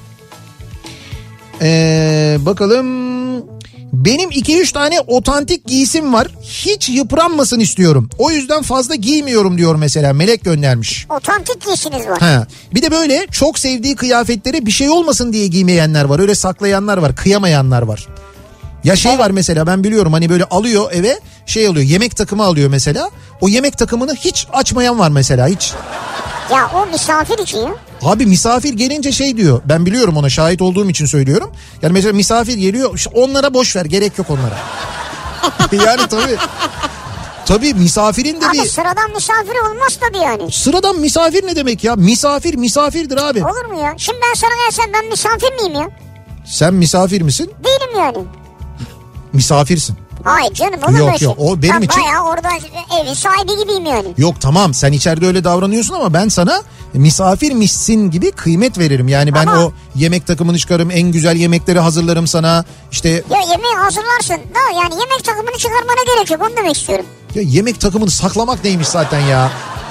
Bakalım. Benim 2-3 tane otantik giysim var. Hiç yıpranmasın istiyorum. O yüzden fazla giymiyorum diyor mesela. Melek göndermiş. Otantik giysiniz var. Ha. Bir de böyle çok sevdiği kıyafetleri bir şey olmasın diye giymeyenler var. Öyle saklayanlar var. Kıyamayanlar var. Ya şey var mesela, ben biliyorum, hani böyle alıyor eve, şey alıyor, yemek takımı alıyor mesela. O yemek takımını hiç açmayan var mesela, hiç. Ya o misafir için ya. Abi misafir gelince şey diyor, ben biliyorum, ona şahit olduğum için söylüyorum. Yani mesela misafir geliyor, işte onlara boş ver, gerek yok onlara. Yani tabii. Tabii misafirin de Abi bir... sıradan misafir olmaz tabii yani. Sıradan misafir ne demek ya? Misafir misafirdir abi. Olur mu ya? Şimdi ben sana gelsem ben misafir miyim ya? Sen misafir misin? Değilim yani. Misafirsin. Hayır canım, olur mu Yok, öyle yok, şey? o benim ben için- bayağı orada evin sahibi gibiyim yani. Yok tamam, sen içeride öyle davranıyorsun ama ben sana misafirmişsin gibi kıymet veririm. Yani ben Ama- o yemek takımını çıkarım, en güzel yemekleri hazırlarım sana. İşte Ya yemeği hazırlarsın da yani yemek takımını çıkarmana gerek yok, onu demek istiyorum. ya yemek takımını saklamak neymiş zaten ya.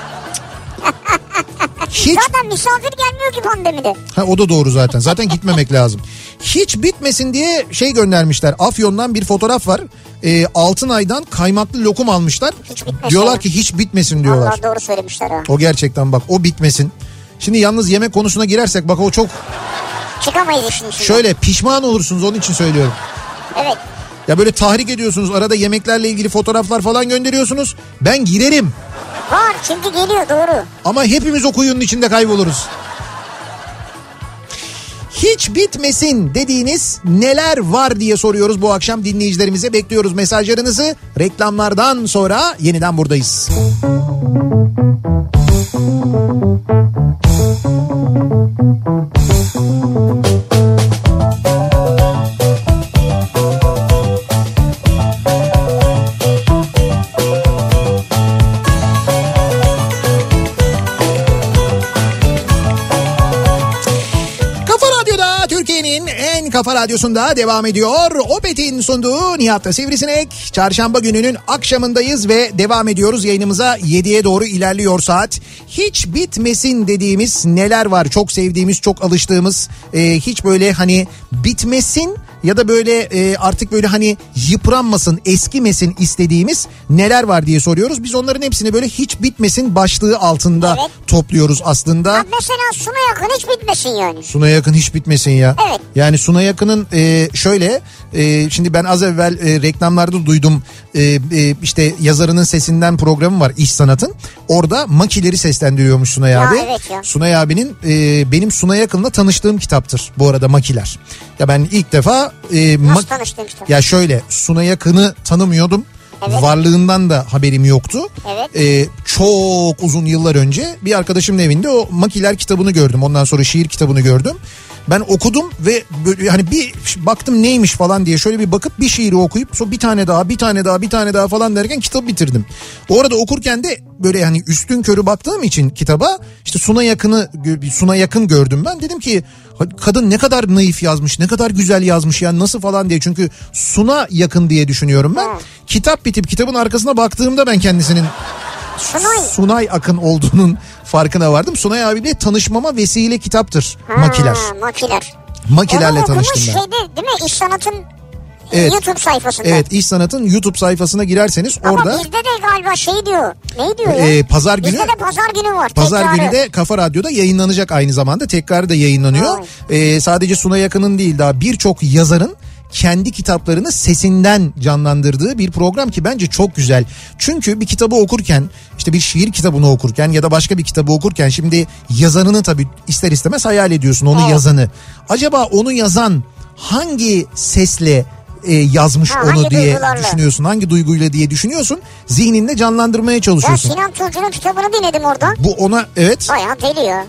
Hiç, Zaten misafir gelmiyor ki pandemide. ha, o da doğru zaten. Zaten gitmemek lazım. Hiç bitmesin diye şey göndermişler. Afyon'dan bir fotoğraf var. Altınay'dan kaymaklı lokum almışlar. Hiç bitmesin. Diyorlar ki hiç bitmesin diyorlar. Allah doğru söylemişler ha. O gerçekten bak, o bitmesin. Şimdi yalnız yemek konusuna girersek bak, o çok Çıkamayız işin içinden. şöyle pişman olursunuz, onun için söylüyorum. Evet. Ya böyle tahrik ediyorsunuz, arada yemeklerle ilgili fotoğraflar falan gönderiyorsunuz. Ben girerim Var çünkü geliyor, doğru. ama hepimiz o kuyunun içinde kayboluruz. Hiç bitmesin dediğiniz neler var diye soruyoruz bu akşam dinleyicilerimize. Bekliyoruz mesajlarınızı. Reklamlardan sonra yeniden buradayız. Kafa Radyosu'nda devam ediyor. Opet'in sunduğu Nihat'ta Sivrisinek. Çarşamba gününün akşamındayız ve devam ediyoruz yayınımıza. 7'ye doğru ilerliyor saat. Hiç bitmesin dediğimiz neler var? Çok sevdiğimiz, çok alıştığımız, hiç böyle hani bitmesin ya da böyle artık böyle hani yıpranmasın, eskimesin istediğimiz neler var diye soruyoruz. Biz onların hepsini böyle hiç bitmesin başlığı altında topluyoruz aslında. Ha, mesela Suna Yakın hiç bitmesin yani. Suna Yakın hiç bitmesin ya. Evet. Yani Suna Yakın'ın şöyle şimdi ben az evvel reklamlarda duydum, işte yazarının sesinden programı var İş Sanat'ın. Orada Makileri seslendiriyormuş Sunay abi. Evet ya. Sunay abinin benim Suna Yakın'la tanıştığım kitaptır bu arada Makiler. Ya ben ilk defa Nasıl tanıştığın kitap? ya şöyle, Suna Yakın'ı tanımıyordum. Evet. Varlığından da haberim yoktu. Evet. Çok uzun yıllar önce bir arkadaşımın evinde o Makiler kitabını gördüm. Ondan sonra şiir kitabını gördüm. Ben okudum ve böyle hani bir baktım neymiş falan diye, şöyle bir bakıp bir şiiri okuyup sonra bir tane daha falan derken kitabı bitirdim. O arada okurken de böyle hani üstün körü baktığım için kitaba, işte Suna Yakın gördüm ben. Dedim ki kadın ne kadar naif yazmış, ne kadar güzel yazmış ya, nasıl falan diye. Çünkü Suna Yakın diye düşünüyorum ben. Kitap bitip kitabın arkasına baktığımda ben kendisinin Sunay Akın olduğunun farkına vardım. Sunay abiyle tanışmama vesile kitaptır Makiler. Makiler. Makilerle tanıştım ben. Şeyde değil mi? İş Sanat'ın Evet. YouTube sayfasında. Evet, İş Sanat'ın YouTube sayfasına girerseniz ama orada. bizde de galiba şey diyor. Ne diyor ya? Pazar günü. Bizde de pazar günü var. Pazar tekrarı. günü de Kafa Radyo'da yayınlanacak aynı zamanda. Tekrarı da yayınlanıyor. Sadece Sunay Yakın'ın değil, daha birçok yazarın kendi kitaplarını sesinden canlandırdığı bir program ki bence çok güzel. Çünkü bir kitabı okurken, işte bir şiir kitabını okurken ya da başka bir kitabı okurken, şimdi yazarını tabii ister istemez hayal ediyorsun, onu yazanı. Acaba onu yazan hangi sesle yazmış onu diye duygularla düşünüyorsun. Hangi duyguyla diye düşünüyorsun. Zihninde canlandırmaya çalışıyorsun. Ben Sinan Tuzcu'nun kitabını dinledim orada. Bu ona evet. Bayağı deli ya.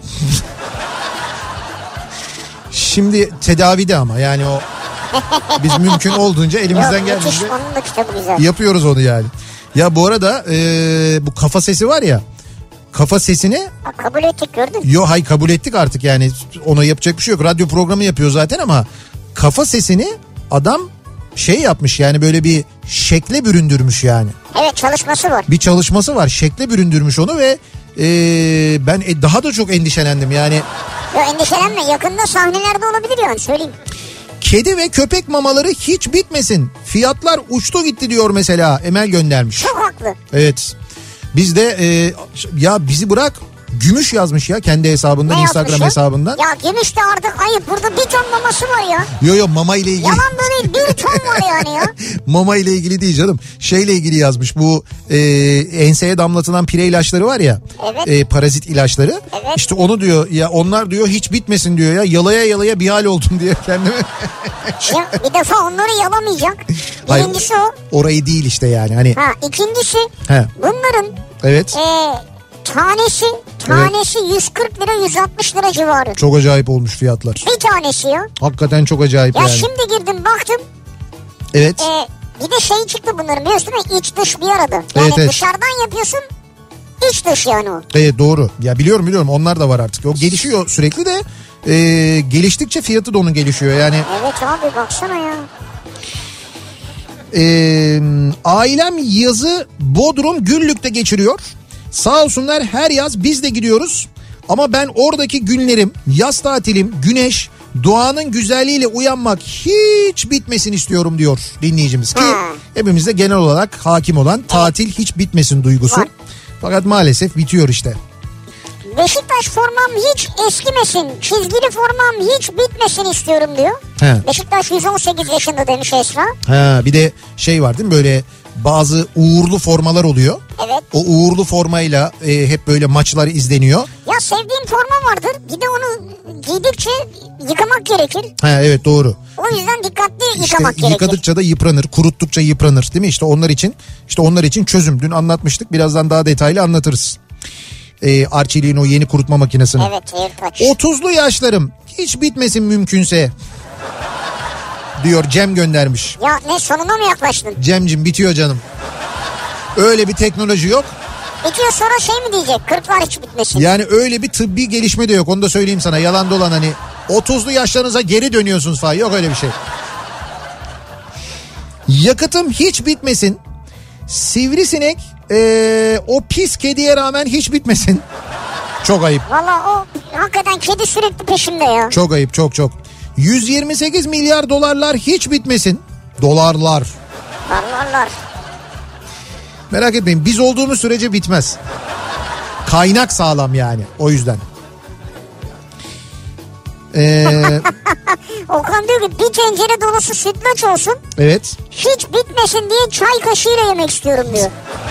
Şimdi tedavide ama yani o biz mümkün olduğunca elimizden Yok, müthiş, geldiğince onun da kitabı güzel. yapıyoruz onu yani. Ya bu arada bu kafa sesi var ya. Kafa sesini... Kabul ettik, gördün. Yo hay kabul ettik artık yani, ona yapacak bir şey yok. Radyo programı yapıyor zaten ama kafa sesini adam şey yapmış yani, böyle bir şekle büründürmüş yani. Evet, çalışması var. Bir çalışması var, şekle büründürmüş onu ve ben daha da çok endişelendim yani. Yo, endişelenme, yakında sahnelerde olabilir yani, söyleyeyim. Kedi ve köpek mamaları hiç bitmesin. Fiyatlar uçtu gitti diyor mesela, Emel göndermiş. Çok haklı. Evet. Biz de ya bizi bırak, Gümüş yazmış ya kendi hesabından, Instagram hesabından. Ya Gümüş de artık ayıp, burada bir ton maması var ya. Yo mama ile ilgili. Yalan böyle bir ton var yani ya. Mama ile ilgili değil canım. Şeyle ilgili yazmış, bu enseye damlatılan pire ilaçları var ya. Evet. Parazit ilaçları. Evet. İşte onu diyor ya, onlar diyor hiç bitmesin diyor ya. Yalaya bir hal oldum diye kendime. Ya bir defa onları yalamayacak. Birincisi o. Orayı değil işte yani hani. Ha, ikincisi He. bunların Evet. tanesi evet. 140 lira 160 lira civarı. Çok acayip olmuş fiyatlar. Bir tanesi ya. Hakikaten çok acayip ya yani. Şimdi girdim baktım. Evet. Bir de şey çıktı bunların, biliyorsun değil mi? İç dış bir arada. Yani evet. Dışarıdan yapıyorsun, iç dış yani o. Evet doğru. Ya biliyorum onlar da var artık. O gelişiyor sürekli de geliştikçe fiyatı da onun gelişiyor yani. Evet abi, baksana ya. Ailem yazı Bodrum Güllük'te geçiriyor. Sağ olsunlar, her yaz biz de gidiyoruz. Ama ben oradaki günlerim, yaz tatilim, güneş, doğanın güzelliğiyle uyanmak hiç bitmesin istiyorum diyor dinleyicimiz. Ki hepimizde genel olarak hakim olan tatil hiç bitmesin duygusu. Var. Fakat maalesef bitiyor işte. Beşiktaş formam hiç eskimesin, çizgili formam hiç bitmesin istiyorum diyor. He. Beşiktaş 118 yaşında demiş Esra. Bir de şey var değil mi, böyle bazı uğurlu formalar oluyor. Evet. O uğurlu formayla hep böyle maçlar izleniyor. Ya sevdiğin forma vardır, bir de onu giydikçe yıkamak gerekir. Evet doğru. O yüzden dikkatli İşte yıkamak gerekir. yıkadıkça da yıpranır, kuruttukça yıpranır değil mi? İşte onlar için çözüm. Dün anlatmıştık, birazdan daha detaylı anlatırız. Arçelik'in o yeni kurutma makinesini. Evet, AirTouch. 30'lu yaşlarım hiç bitmesin mümkünse diyor, Cem göndermiş. Ya ne, sonuna mı yaklaştın? Cemcim bitiyor canım. Öyle bir teknoloji yok. Bitiyor, sonra şey mi diyecek? 40'lar hiç bitmesin. Yani öyle bir tıbbi gelişme de yok, onu da söyleyeyim sana. Yalan dolan, hani 30'lu yaşlarınıza geri dönüyorsunuz falan, yok öyle bir şey. Yakıtım hiç bitmesin. Sivrisinek o pis kediye rağmen hiç bitmesin. Çok ayıp. Valla o hakikaten kedi sürekli peşimde ya. Çok ayıp, çok. 128 milyar dolarlar hiç bitmesin. Dolarlar. Merak etmeyin, biz olduğumuz sürece bitmez. Kaynak sağlam yani, o yüzden. Okan diyor ki bir tencere dolusu sütlaç olsun. Evet. Hiç bitmesin diye çay kaşığıyla yemek istiyorum diyor.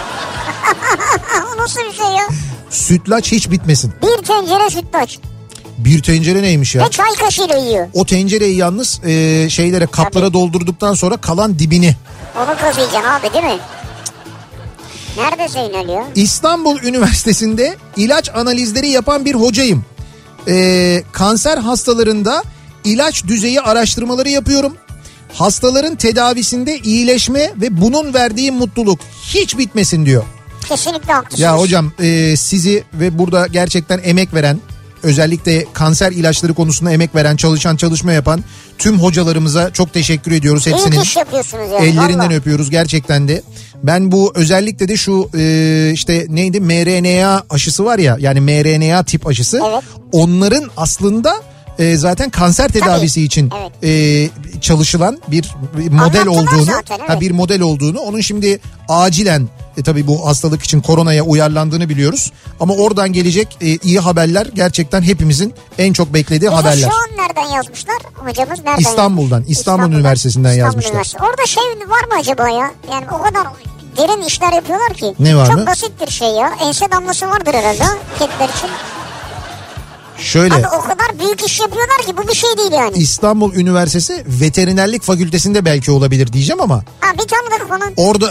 O nasıl bir şey ya? Sütlaç hiç bitmesin. Bir tencere sütlaç. Bir tencere neymiş ya? Ve çay kaşığıyla yiyor. O tencereyi yalnız şeylere, kaplara doldurduktan sonra kalan dibini. Onu kazıyacaksın abi, değil mi? Nerede Zeynel ya? İstanbul Üniversitesi'nde ilaç analizleri yapan bir hocayım. Kanser hastalarında ilaç düzeyi araştırmaları yapıyorum. Hastaların tedavisinde iyileşme ve bunun verdiği mutluluk hiç bitmesin diyor. Kesinlikle haklısınız. Ya hocam sizi ve burada gerçekten emek veren, özellikle kanser ilaçları konusunda emek veren, çalışma yapan tüm hocalarımıza çok teşekkür ediyoruz. Hepsinin İyi iş yapıyorsunuz ya. ellerinden vallahi öpüyoruz gerçekten de. Ben bu özellikle de şu işte neydi, mRNA aşısı var ya, yani mRNA tip aşısı. Evet. Onların aslında zaten kanser tedavisi için çalışılan bir model Anlattılar olduğunu, zaten, evet. bir model olduğunu, onun şimdi acilen tabii bu hastalık için koronaya uyarlandığını biliyoruz. Ama oradan gelecek iyi haberler gerçekten hepimizin en çok beklediği haberler. Şu an nereden yazmışlar? Hocamız nereden? İstanbul'dan, İstanbul Üniversitesi'nden yazmışlar. Üniversitesi. Orada şey var mı acaba ya? Yani o kadar derin işler yapıyorlar ki. Ne var çok mı? Çok basittir şey ya. Ense damlası vardır herhalde kediler için. Şöyle. Abi o kadar büyük iş yapıyorlar ki bu bir şey değil yani. İstanbul Üniversitesi Veterinerlik Fakültesi'nde belki olabilir diyeceğim ama. Ha, bir tanıdık falan. Orada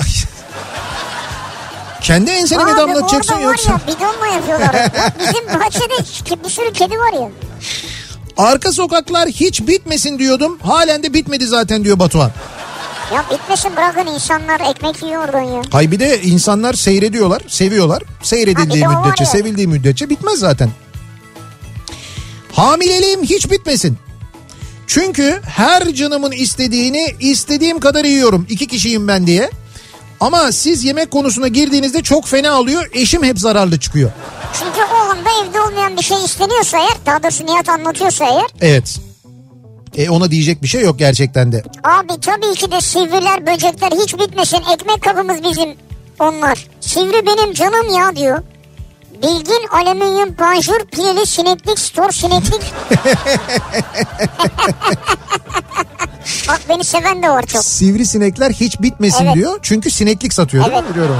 kendi enseni mi damlatacaksın yoksa? Abi bidonla yapıyorlar. Bizim bahçede bir sürü kedi var ya. Arka sokaklar hiç bitmesin diyordum. Halen de bitmedi zaten diyor Batuhan. Ya bitmesin, bırakın insanlar ekmek yiyor oradan ya. Hay bir de insanlar seyrediyorlar, seviyorlar. Seyredildiği müddetçe, sevildiği müddetçe bitmez zaten. Hamileliğim hiç bitmesin. Çünkü her canımın istediğini istediğim kadar yiyorum. 2 kişiyim ben diye. Ama siz yemek konusuna girdiğinizde çok fena oluyor. Eşim hep zararlı çıkıyor. Çünkü o anda evde olmayan bir şey isteniyorsa eğer, daha doğrusu Nihat anlatıyorsa eğer. Evet. Ona diyecek bir şey yok gerçekten de. Abi tabii ki de sivriler, böcekler hiç bitmesin. Ekmek kabımız bizim onlar. Sivri benim canım ya diyor. Bilgin alüminyum panjur pileli sineklik stor sineklik. Bak beni seven de var çok. Sivrisinekler hiç bitmesin evet. diyor. Çünkü sineklik satıyor evet. değil mi? Biliyorum.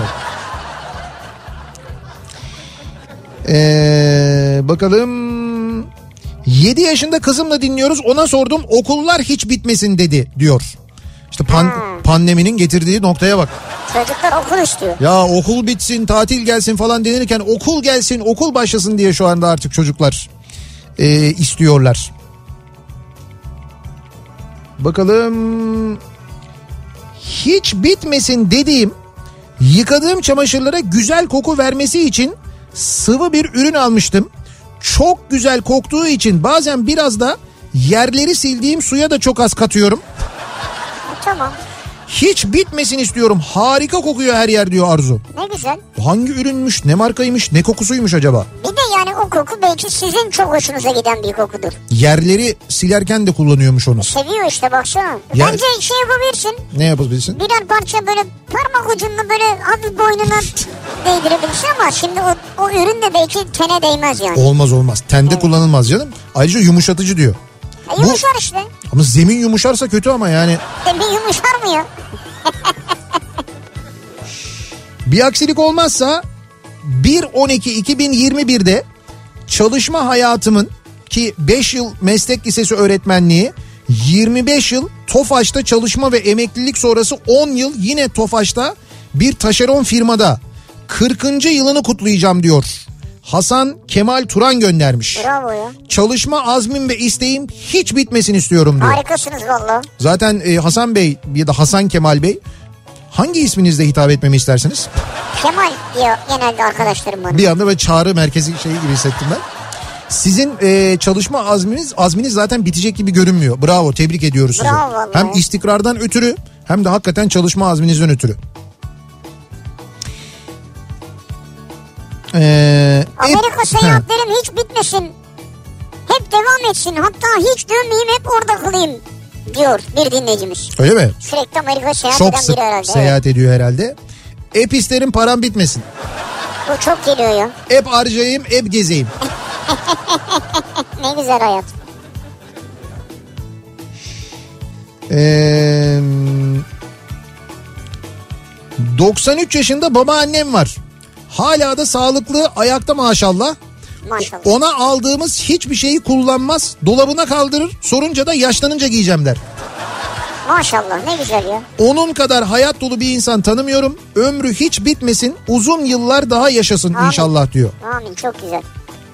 Bakalım. 7 yaşında kızımla dinliyoruz. Ona sordum, okullar hiç bitmesin dedi diyor. İşte pandeminin getirdiği noktaya bak. Çocuklar okul istiyor. Ya okul bitsin, tatil gelsin falan denirken okul gelsin, okul başlasın diye şu anda artık çocuklar istiyorlar. Bakalım. Hiç bitmesin dediğim, yıkadığım çamaşırlara güzel koku vermesi için sıvı bir ürün almıştım. Çok güzel koktuğu için bazen biraz da yerleri sildiğim suya da çok az katıyorum. Tamam. Hiç bitmesin istiyorum. Harika kokuyor her yer diyor Arzu. Ne güzel. Hangi ürünmüş, ne markaymış, ne kokusuymuş acaba? Bir de yani o koku belki sizin çok hoşunuza giden bir kokudur. Yerleri silerken de kullanıyormuş onu. Seviyor işte, baksana. Bence şey yapabilirsin. Ne yapabilirsin? Birer parça böyle parmak ucunda böyle hafif boynuna değdirebilirsin ama şimdi o ürün de belki tene değmez yani. Olmaz. Tende kullanılmaz canım. Ayrıca yumuşatıcı diyor. Yumuşar işte. Ama zemin yumuşarsa kötü ama yani. Zemin yumuşar mı ya? Bir aksilik olmazsa 1-12-2021'de çalışma hayatımın, ki 5 yıl meslek lisesi öğretmenliği, 25 yıl TOFAŞ'ta çalışma ve emeklilik sonrası 10 yıl yine TOFAŞ'ta bir taşeron firmada 40. yılını kutlayacağım diyor. Hasan Kemal Turan göndermiş. Bravo ya. Çalışma azmim ve isteğim hiç bitmesin istiyorum diyor. Harikasınız valla. Zaten Hasan Bey ya da Hasan Kemal Bey, hangi isminizle hitap etmemi istersiniz? Kemal diyor genelde arkadaşlarım bana. Bir anda böyle çağrı merkezi şeyi gibi hissettim ben. Sizin çalışma azminiz zaten bitecek gibi görünmüyor. Bravo, tebrik ediyoruz sizi. Bravo vallahi. Hem istikrardan ötürü hem de hakikaten çalışma azminizden ötürü. Amerika seyahatlerim hiç bitmesin. Hep devam etsin. Hatta hiç dönmeyeyim, hep orada kalayım diyor bir dinleyicimiz. Öyle mi? Sürekli Amerika seyahat çok eden sık biri herhalde. seyahat ediyor herhalde. Hep isterim param bitmesin. Bu çok geliyor ya. Hep harcayayım, hep gezeyim. Ne güzel hayat. 93 yaşında babaannem var. Hala da sağlıklı, ayakta maşallah. Maşallah. Ona aldığımız hiçbir şeyi kullanmaz. Dolabına kaldırır. Sorunca da yaşlanınca giyeceğim der. Maşallah, ne güzel ya. Onun kadar hayat dolu bir insan tanımıyorum. Ömrü hiç bitmesin. Uzun yıllar daha yaşasın inşallah diyor. Amin, çok güzel.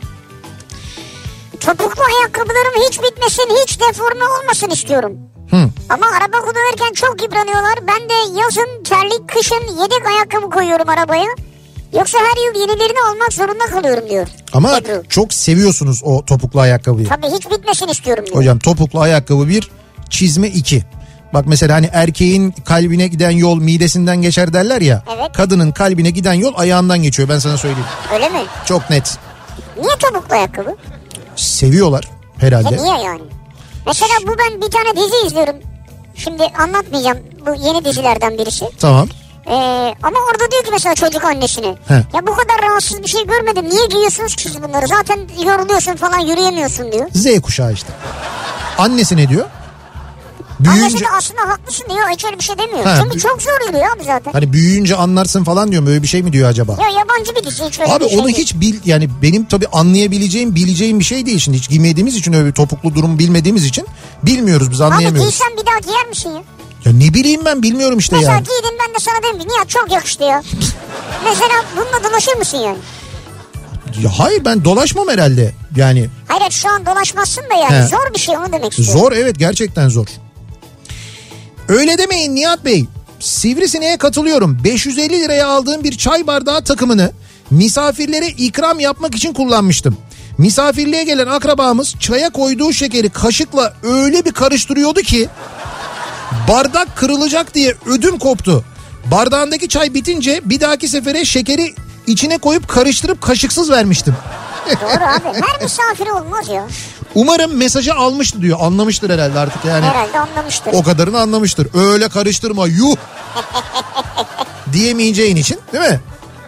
Topuklu ayakkabılarım hiç bitmesin, hiç deforme olmasın istiyorum. Ama araba kullanırken çok yıpranıyorlar. Ben de yazın terlik, kışın yedek ayakkabı koyuyorum arabaya. Yoksa her yıl yenilerini almak zorunda kalıyorum diyor. Ama çok seviyorsunuz o topuklu ayakkabıyı. Tabii hiç bitmesin istiyorum diyor. Hocam topuklu ayakkabı 1, çizme 2. Bak mesela hani erkeğin kalbine giden yol midesinden geçer derler ya. Evet. Kadının kalbine giden yol ayağından geçiyor, ben sana söyleyeyim. Öyle mi? Çok net. Niye topuklu ayakkabı? Seviyorlar herhalde. Niye yani? Mesela ben bir tane dizi izliyorum. Şimdi anlatmayacağım, bu yeni dizilerden birisi. Tamam. Ama orada diyor ki mesela çocuk annesine. Ya bu kadar rahatsız bir şey görmedim. Niye giyiyorsunuz ki siz bunları? Zaten yoruluyorsun falan, yürüyemiyorsun diyor. Z kuşağı işte. Annesi ne diyor? Annesi de aslında haklısın diyor. Hiç öyle bir şey demiyor. Çünkü çok zor yürüyor abi zaten. Hani büyüyünce anlarsın falan diyor. Böyle bir şey mi diyor acaba? Ya yabancı bir dizi, hiç öyle abi bir şey onu değil. hiç yani benim tabii bileceğim bir şey değil şimdi. Hiç giymediğimiz için, öyle bir topuklu durumu bilmediğimiz için bilmiyoruz, biz anlayamıyoruz. Abi giysen bir daha giyer misin ya? Ya ne bileyim ben, bilmiyorum işte mesela yani. Mesela giydin, ben de sana dedim ki Nihat çok yakıştı ya. Mesela bununla dolaşır mısın yani? Ya hayır, ben dolaşmam herhalde yani. Hayır şu an dolaşmazsın da yani zor bir şey, onu demek istiyorum. Zor, evet, gerçekten zor. Öyle demeyin Nihat Bey. Sivrisineğe katılıyorum. 550 liraya aldığım bir çay bardağı takımını misafirlere ikram yapmak için kullanmıştım. Misafirliğe gelen akrabamız çaya koyduğu şekeri kaşıkla öyle bir karıştırıyordu ki bardak kırılacak diye ödüm koptu. Bardağındaki çay bitince bir dahaki sefere şekeri içine koyup karıştırıp kaşıksız vermiştim. Doğru abi, her misafir olmaz ya. Umarım mesajı almıştı diyor. Anlamıştır herhalde artık yani. Herhalde anlamıştır. O kadarını anlamıştır. Öyle karıştırma yuh diyemeyeceğin için, değil mi?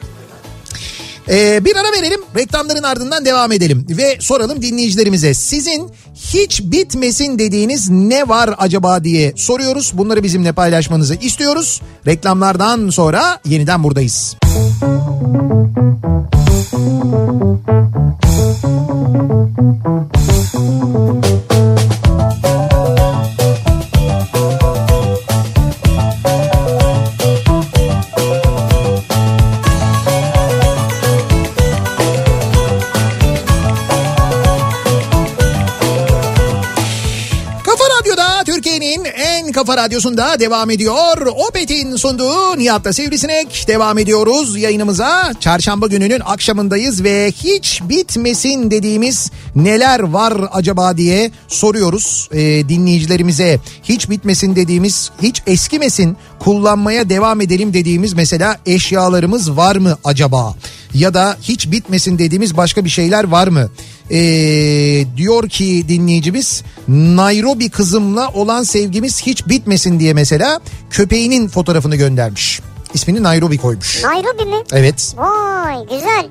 Bir ara verelim, reklamların ardından devam edelim ve soralım dinleyicilerimize, sizin hiç bitmesin dediğiniz ne var acaba diye soruyoruz. Bunları bizimle paylaşmanızı istiyoruz. Reklamlardan sonra yeniden buradayız. Kafa Radyosu'nda devam ediyor. Opet'in sunduğu Nihat'la Sivrisinek devam ediyoruz yayınımıza. Çarşamba gününün akşamındayız ve hiç bitmesin dediğimiz neler var acaba diye soruyoruz dinleyicilerimize. Hiç bitmesin dediğimiz, hiç eskimesin, kullanmaya devam edelim dediğimiz mesela eşyalarımız var mı acaba? Ya da hiç bitmesin dediğimiz başka bir şeyler var mı? Diyor ki dinleyicimiz, Nairobi kızımla olan sevgimiz hiç bitmesin diye mesela köpeğinin fotoğrafını göndermiş. İsmini Nairobi koymuş. Nairobi mi? Evet. Vay güzel.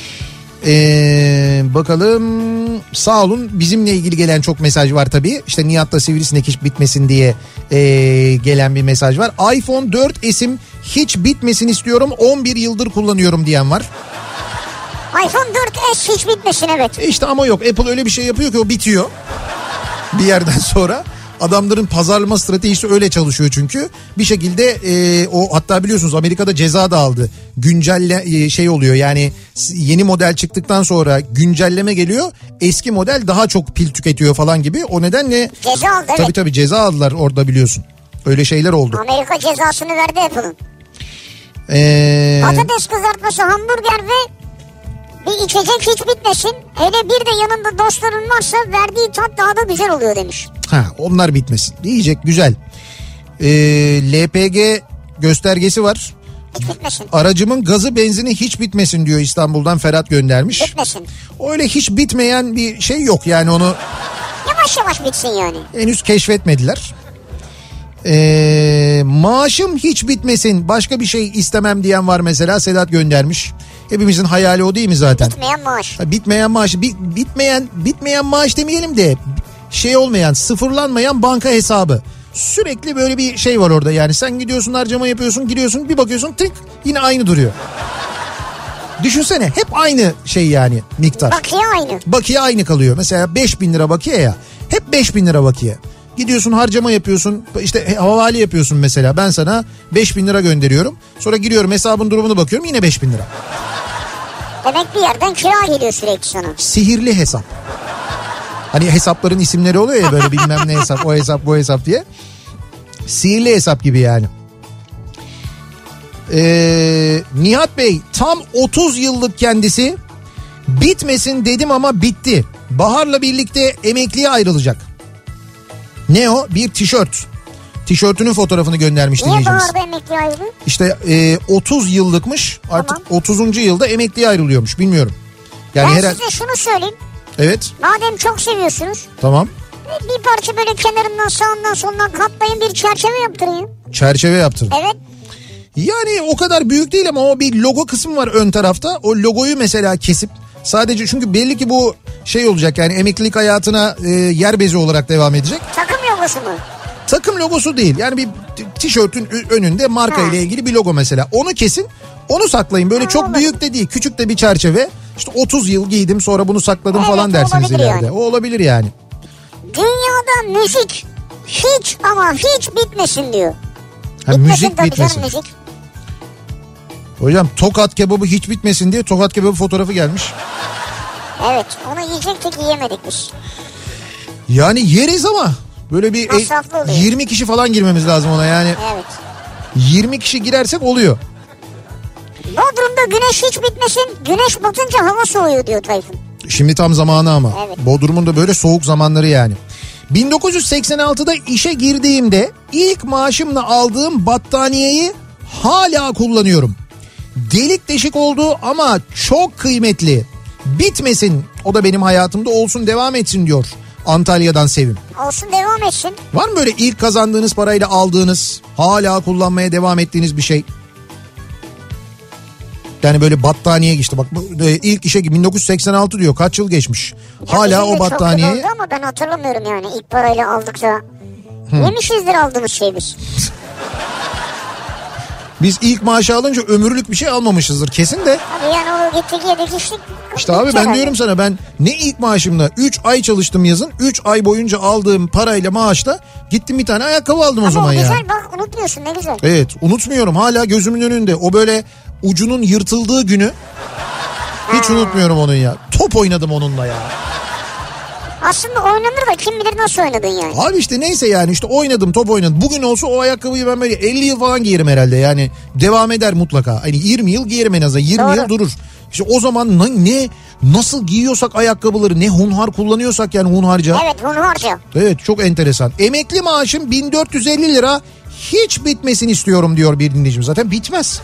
Bakalım, sağ olun, bizimle ilgili gelen çok mesaj var tabii. İşte Nihat'la Sivrisinek hiç bitmesin diye gelen bir mesaj var. iPhone 4S'im hiç bitmesin istiyorum, 11 yıldır kullanıyorum diyen var. iPhone 4S hiç bitmesin, evet. İşte ama yok, Apple öyle bir şey yapıyor ki o bitiyor bir yerden sonra. Adamların pazarlama stratejisi öyle çalışıyor çünkü. Bir şekilde o, hatta biliyorsunuz Amerika'da ceza da aldı. Güncelle şey oluyor yani, yeni model çıktıktan sonra güncelleme geliyor. Eski model daha çok pil tüketiyor falan gibi. O nedenle ceza aldı, evet. Tabii ceza aldılar orada, biliyorsun. Öyle şeyler oldu. Amerika cezasını verdi Apple'ın. Patates kızartması, hamburger ve bir içecek hiç bitmesin. Hele bir de yanında dostların varsa verdiği tat daha da güzel oluyor demiş. Ha, onlar bitmesin. Yiyecek güzel. LPG göstergesi var. Hiç bitmesin. Aracımın gazı benzini hiç bitmesin diyor, İstanbul'dan Ferhat göndermiş. Bitmesin. Öyle hiç bitmeyen bir şey yok yani, onu yavaş yavaş bitsin yani. Henüz keşfetmediler. Maaşım hiç bitmesin, başka bir şey istemem diyen var mesela, Sedat göndermiş. Hepimizin hayali o değil mi zaten? Bitmeyen maaş. Bitmeyen maaş, bitmeyen maaş demeyelim de şey olmayan, sıfırlanmayan banka hesabı. Sürekli böyle bir şey var orada yani, sen gidiyorsun harcama yapıyorsun, giriyorsun bir bakıyorsun tık yine aynı duruyor. Düşünsene, hep aynı şey yani, miktar. Bakiye aynı. Bakiye aynı kalıyor. Mesela 5.000 lira bakiye ya, hep 5.000 lira bakiye. Gidiyorsun harcama yapıyorsun, işte havale yapıyorsun mesela, ben sana 5.000 lira gönderiyorum. Sonra giriyorum hesabın durumunu bakıyorum, yine 5.000 lira. Demek bir yerden kira geliyor sürekli sana. Sihirli hesap. Hani hesapların isimleri oluyor ya böyle, bilmem ne hesap, o hesap, bu hesap diye. Sihirli hesap gibi yani. Nihat Bey tam 30 yıllık kendisi, bitmesin dedim ama bitti. Bahar'la birlikte emekliye ayrılacak. Ne o? Bir tişört. Tişörtünün fotoğrafını göndermiş dinleyicimiz. Niye Bahar'da emekliye ayrıldı? İşte 30 yıllıkmış, artık tamam. 30. yılda emekliye ayrılıyormuş, bilmiyorum. Yani ben size şunu söyleyeyim. Evet. Madem çok seviyorsunuz. Tamam. Bir parça böyle kenarından sağından solundan katlayın, bir çerçeve yaptırın. Çerçeve yaptırın. Evet. Yani o kadar büyük değil ama o bir logo kısmı var ön tarafta. O logoyu mesela kesip sadece, çünkü belli ki bu şey olacak yani, emeklilik hayatına yer bezi olarak devam edecek. Takım logosu mu? Takım logosu değil yani, bir tişörtün önünde marka ile ilgili bir logo mesela. Onu kesin, onu saklayın, böyle çok olur. Büyük de değil, küçük de bir çerçeve. İşte 30 yıl giydim sonra bunu sakladım falan dersiniz ileride. Yani. O olabilir yani. Dünyada müzik hiç ama hiç bitmesin diyor. Müzik bitmesin. Müzik. Hocam tokat kebabı hiç bitmesin diye tokat kebabı fotoğrafı gelmiş. Evet, onu yiyecektik, yiyemedik biz. Yani yeriz ama Böyle bir masraflı oluyor. 20 kişi falan girmemiz lazım ona yani. Evet. 20 kişi girersek oluyor. Bodrum'da güneş hiç bitmesin. Güneş batınca hava soğuyor diyor Tayfun. Şimdi tam zamanı ama. Evet. Bodrum'un da böyle soğuk zamanları yani. 1986'da işe girdiğimde ilk maaşımla aldığım battaniyeyi hala kullanıyorum. Delik deşik oldu ama çok kıymetli. Bitmesin, o da benim hayatımda olsun, devam etsin diyor Antalya'dan Sevim. Olsun, devam etsin. Var mı böyle ilk kazandığınız parayla aldığınız, hala kullanmaya devam ettiğiniz bir şey? Yani böyle battaniye işte bak ilk işe 1986 diyor, kaç yıl geçmiş. Ya Hala o battaniyeyi. Çok ama ben hatırlamıyorum yani ilk parayla aldıkça. Yemişizdir aldığımız şey biz. Biz ilk maaşı alınca ömürlük bir şey almamışızdır kesin de. Abi yani o gittik yedik içtik. İşte abi ben diyorum sana, ben ne ilk maaşımla 3 ay çalıştım yazın, 3 ay boyunca aldığım parayla, maaşla gittim bir tane ayakkabı aldım o zaman ya. Ama güzel bak, unutmuyorsun, ne güzel. Evet, unutmuyorum, hala gözümün önünde o böyle ucunun yırtıldığı günü hiç unutmuyorum onun ya. Top oynadım onunla ya. Aslında oynanır da kim bilir nasıl oynadın yani. Abi işte neyse yani, işte oynadım, top oynadım. Bugün olsa o ayakkabıyı ben böyle 50 yıl falan giyerim herhalde yani. Devam eder mutlaka. Hani 20 yıl giyerim en azından. 20 Doğru. yıl durur. İşte o zaman nasıl giyiyorsak ayakkabıları, ne hunhar kullanıyorsak yani, hunharca. Evet, hunharca. Evet, çok enteresan. Emekli maaşım 1450 lira, hiç bitmesin istiyorum diyor bir dinleyicim. Zaten bitmez.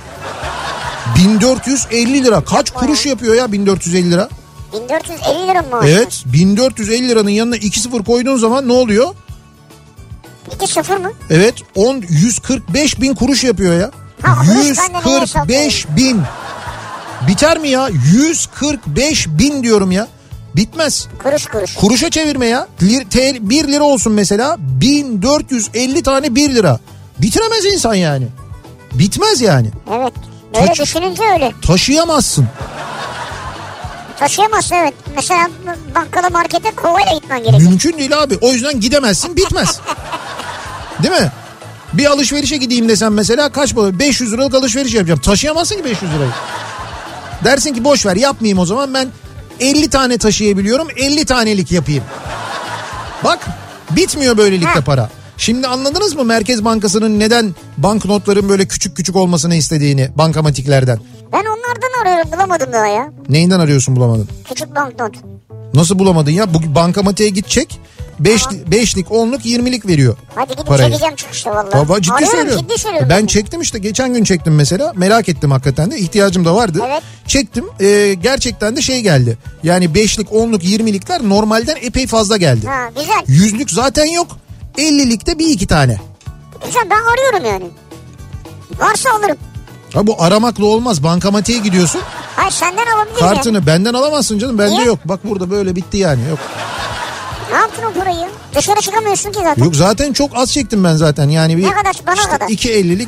1450 lira kaç kuruş yapıyor ya 1450 lira? 1450 lira mı maaş? Evet, 1450 liranın yanına 2-0 koyduğun zaman ne oluyor? 2-0 mı? Evet, 145 bin kuruş yapıyor ya. Ha, kuruş, ben de neye 145 bin. Biter mi ya? 145 bin diyorum ya. Bitmez. Kuruş. Kuruşa çevirme ya. 1 lira olsun mesela. 1450 tane 1 lira. Bitiremez insan yani. Bitmez yani. Evet. Böyle düşününce öyle. Taşıyamazsın. Taşıyamazsın, evet. Mesela bakkala, markete kovayla gitmen gerekiyor. Mümkün değil abi. O yüzden gidemezsin, bitmez. Değil mi? Bir alışverişe gideyim desem mesela, kaç para? 500 liralık alışveriş yapacağım. Taşıyamazsın ki 500 lirayı. Dersin ki boş ver, yapmayayım o zaman, ben 50 tane taşıyabiliyorum, 50 tanelik yapayım. Bak, bitmiyor böylelikle para. Şimdi anladınız mı Merkez Bankası'nın neden banknotların böyle küçük küçük olmasını istediğini, bankamatiklerden? Ben onlardan arıyorum, bulamadım daha ya. Neyinden arıyorsun, bulamadın? Küçük banknot. Nasıl bulamadın ya? Bu bankamatiğe gidecek. 5'lik, 10'luk, 20'lik veriyor. Hadi gidip parayı çekeceğim çıkışta vallahi. Baba ciddi söylüyorum. Ciddi söylüyorum. Ben çektim işte, geçen gün çektim mesela. Merak ettim hakikaten de, ihtiyacım da vardı. Evet. Çektim, gerçekten de şey geldi. Yani 5'lik, 10'luk, 20'likler normalden epey fazla geldi. Ha, güzel. 100'lük zaten yok. 50'likte bir iki tane. Güzel, ben arıyorum yani. Varsa alırım. Ha, bu aramakla olmaz. Bankamatiğe gidiyorsun. Hayır, senden alabilirim Kartını yani. benden alamazsın canım. Bende Niye? yok. Bak burada böyle bitti yani. Yok. Ne yaptın o parayı? Dışarı çıkamıyorsun ki zaten. Yok, zaten çok az çektim ben zaten. Yani bir Ne kadar? Bana işte kadar. 2.50'lik.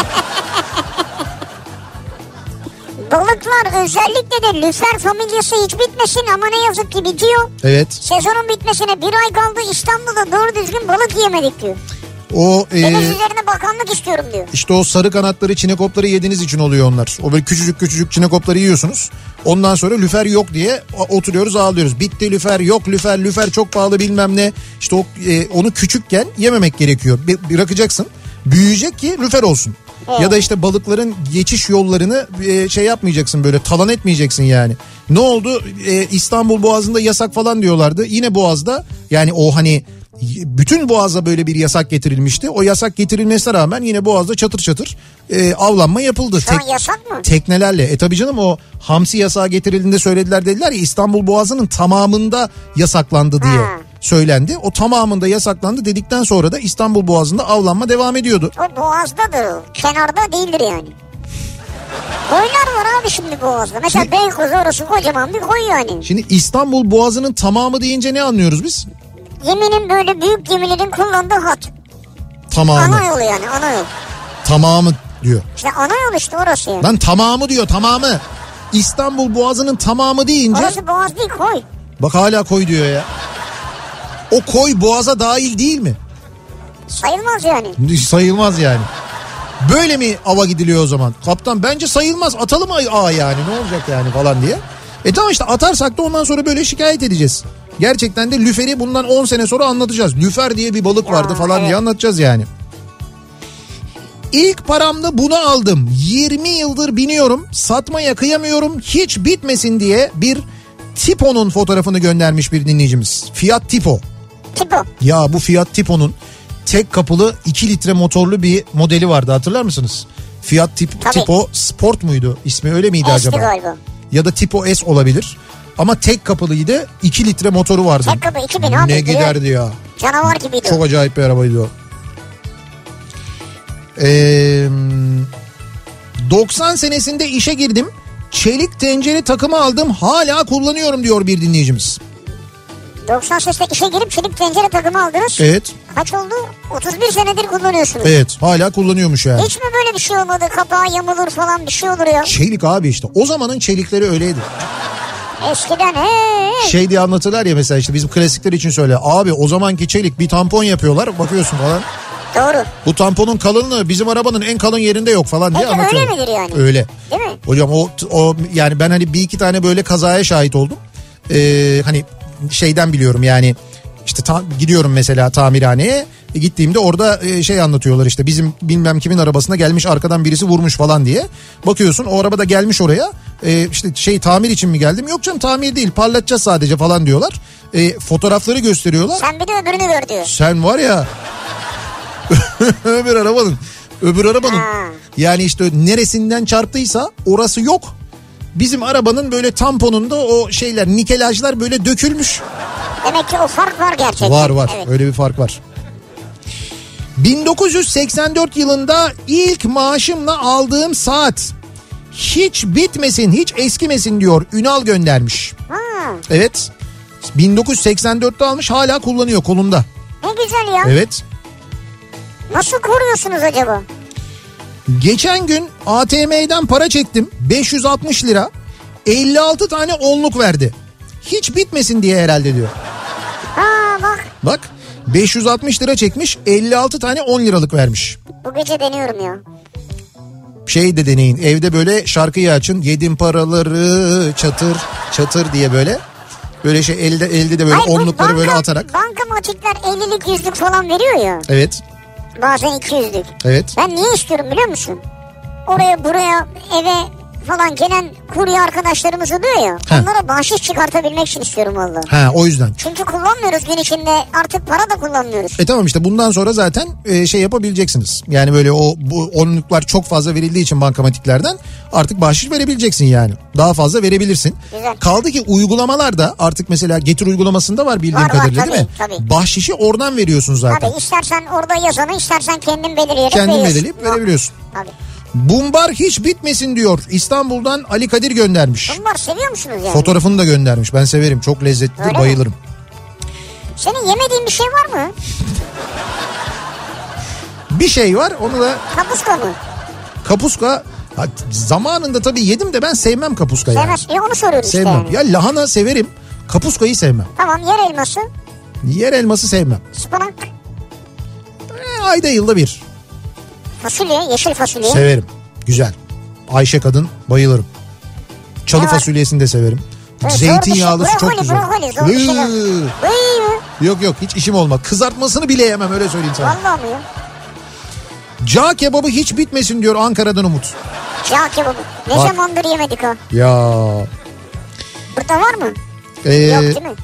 Balıklar, özellikle de lüfer familyası hiç bitmesin ama ne yazık ki bitiyor. Evet. Sezonun bitmesine bir ay kaldı, İstanbul'da doğru düzgün balık yiyemedik diyor. O Deniz üzerine bakanlık istiyorum diyor. İşte o sarı kanatları, çinekopları yediğiniz için oluyor onlar. O böyle küçücük çinekopları yiyorsunuz. Ondan sonra lüfer yok diye oturuyoruz, ağlıyoruz. Bitti lüfer, yok lüfer çok pahalı bilmem ne. İşte onu küçükken yememek gerekiyor. Bırakacaksın. Büyüyecek ki lüfer olsun. Evet. Ya da işte balıkların geçiş yollarını şey yapmayacaksın, böyle talan etmeyeceksin yani. Ne oldu? İstanbul Boğazı'nda yasak falan diyorlardı. Yine Boğaz'da, yani o hani bütün Boğaz'a böyle bir yasak getirilmişti. O yasak getirilmesine rağmen yine Boğaz'da çatır çatır avlanma yapıldı. Şu an yasak mı? Teknelerle. Tabii canım, o hamsi yasağı getirildiğinde söylediler, dediler ya İstanbul Boğazı'nın tamamında yasaklandı diye söylendi. O tamamında yasaklandı dedikten sonra da İstanbul Boğazı'nda avlanma devam ediyordu. O Boğaz'dadır o. Kenarda değildir yani. Koylar var abi şimdi Boğaz'da. Mesela Beykoz, orası kocaman bir koy yani. Şimdi İstanbul Boğazı'nın tamamı deyince ne anlıyoruz biz? Geminin, böyle büyük gemilerin kullandığı hat. Tamamı. Ana yolu yani, ana yol. Tamamı diyor. İşte ana yol işte orası yani. Lan tamamı diyor, tamamı. İstanbul Boğazı'nın tamamı deyince. Orası Boğaz değil, koy. Bak hala koy diyor ya. O koy Boğaz'a dahil değil mi? Sayılmaz yani. Sayılmaz yani. Böyle mi ava gidiliyor o zaman? Kaptan bence sayılmaz, atalım yani, ne olacak yani falan diye. Tamam işte, atarsak da ondan sonra böyle şikayet edeceğiz. Gerçekten de lüferi bundan 10 sene sonra anlatacağız. Lüfer diye bir balık vardı falan diye anlatacağız yani. İlk paramda bunu aldım. 20 yıldır biniyorum. Satmaya kıyamıyorum. Hiç bitmesin diye bir Tipo'nun fotoğrafını göndermiş bir dinleyicimiz. Fiat Tipo. Tipo. Ya bu Fiat Tipo'nun tek kapılı 2 litre motorlu bir modeli vardı, hatırlar mısınız? Fiat Tipo Sport muydu? İsmi öyle miydi acaba? Galiba. Ya da Tipo S olabilir. Ama tek kapılıydı. 2 litre motoru vardı. Tek kapı 2000 abi. Ne giderdi ya. Canavar gibiydi. Çok acayip bir arabaydı o. 90 senesinde işe girdim. Çelik tencere takımı aldım. Hala kullanıyorum diyor bir dinleyicimiz. 90 senesinde işe girip çelik tencere takımı aldınız. Evet. Kaç oldu? 31 senedir kullanıyorsunuz. Evet, hala kullanıyormuş yani. Hiç mi böyle bir şey olmadı? Kapağı yamulur falan bir şey olur ya. Çelik abi işte. O zamanın çelikleri öyleydi. Eskiden Şey diye anlatırlar ya mesela, işte bizim klasikler için söyle. Abi o zamanki çelik, bir tampon yapıyorlar, bakıyorsun falan. Doğru. Bu tamponun kalınlığı bizim arabanın en kalın yerinde yok falan diye anlatıyorlar. Öyle midir yani? Öyle. Değil mi? Hocam o yani ben hani bir iki tane böyle kazaya şahit oldum. Hani şeyden biliyorum yani, işte gidiyorum mesela tamirhaneye. Gittiğimde orada şey anlatıyorlar, işte bizim bilmem kimin arabasına gelmiş arkadan birisi vurmuş falan diye. Bakıyorsun o araba da gelmiş oraya, işte tamir için mi geldim? Yok canım, tamir değil, parlatacağız sadece falan diyorlar. Fotoğrafları gösteriyorlar. Sen bir de öbürünü gör diyor. Sen var ya öbür arabanın yani işte neresinden çarptıysa orası yok. Bizim arabanın böyle tamponunda o şeyler, nikelajlar böyle dökülmüş. Demek ki o fark var gerçekten. Var evet. Öyle bir fark var. 1984 yılında ilk maaşımla aldığım saat hiç bitmesin, hiç eskimesin diyor. Ünal göndermiş. Evet. 1984'te almış, hala kullanıyor kolunda. Ne güzel ya. Evet. Nasıl koruyorsunuz acaba? Geçen gün ATM'den para çektim. 560 lira. 56 tane onluk verdi. Hiç bitmesin diye herhalde diyor. Bak. Bak 560 lira çekmiş, 56 tane 10 liralık vermiş. Bu gece deniyorum ya. Şey de deneyin, evde böyle şarkıyı açın. Yedim paraları çatır çatır diye böyle. Böyle şey elde de böyle onlukları böyle atarak. Bankamatikler 50'lik 100'lük falan veriyor ya. Evet. Bazen 200'lük. Evet. Ben niye istiyorum biliyor musun? Oraya buraya eve falan gelen kurye arkadaşlarımız oluyor ya. Onlara bahşiş çıkartabilmek için istiyorum valla. O yüzden. Çünkü kullanmıyoruz gün içinde, artık para da kullanmıyoruz. Tamam işte bundan sonra zaten şey yapabileceksiniz. Yani böyle bu onluklar çok fazla verildiği için bankamatiklerden artık bahşiş verebileceksin yani. Daha fazla verebilirsin. Güzel. Kaldı ki uygulamalarda artık mesela Getir uygulamasında var bildiğim kadarıyla, tabii, değil mi? Tabii. Bahşişi oradan veriyorsun zaten. Tabii, istersen orada yazanı, istersen kendin belirleyerek Kendin belirleyip verebiliyorsun. Tabii. Bumbar hiç bitmesin diyor. İstanbul'dan Ali Kadir göndermiş. Bumbar seviyor musunuz yani? Fotoğrafını da göndermiş. Ben severim. Çok lezzetlidir. Öyle bayılırım. Mi? Senin yemediğin bir şey var mı? Bir şey var. Onu da... Kapuska mı? Kapuska... Zamanında tabii yedim de ben sevmem kapuska yani. Sevmez. Onu soruyoruz sevmem. işte yani. Ya lahana severim. Kapuskayı sevmem. Tamam, yer elması? Yer elması sevmem. Ispanak? Ayda yılda bir. Fasulye, yeşil fasulye. Severim. Güzel. Ayşe kadın, bayılırım. Çalı fasulyesini de severim. Evet, zeytinyağlısı çok güzel. Brokoli. Yok hiç işim olmaz. Kızartmasını bile yemem, öyle söyleyeyim sana. Vallahi mi ya? Cağ kebabı hiç bitmesin diyor Ankara'dan Umut. Cağ kebabı. Ne zamandır yemedik ha? Ya. Burada var mı? Yok değil mi?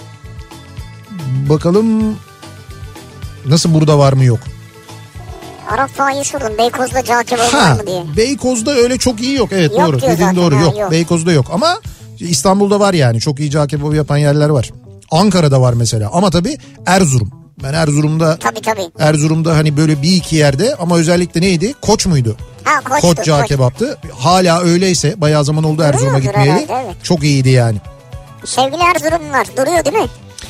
Bakalım. Nasıl burada var mı yok? Arap Faik'i sorun. Beykoz'da cağ kebabı var mı diye. Beykoz'da öyle çok iyi yok. Evet, yok doğru. Dediğin zaten, doğru. Yok. Beykoz'da yok ama İstanbul'da var yani. Çok iyi cağ kebabı yapan yerler var. Ankara'da var mesela. Ama tabii Erzurum. Ben Erzurum'da. Tabii. Erzurum'da hani böyle bir iki yerde, ama özellikle neydi? Koç muydu? Koç cağ kebaptı. Hala öyleyse, bayağı zaman oldu Erzurum'a gitmeyeli. Herhalde, evet. Çok iyiydi yani. Sevgili Erzurumlular, duruyor değil mi?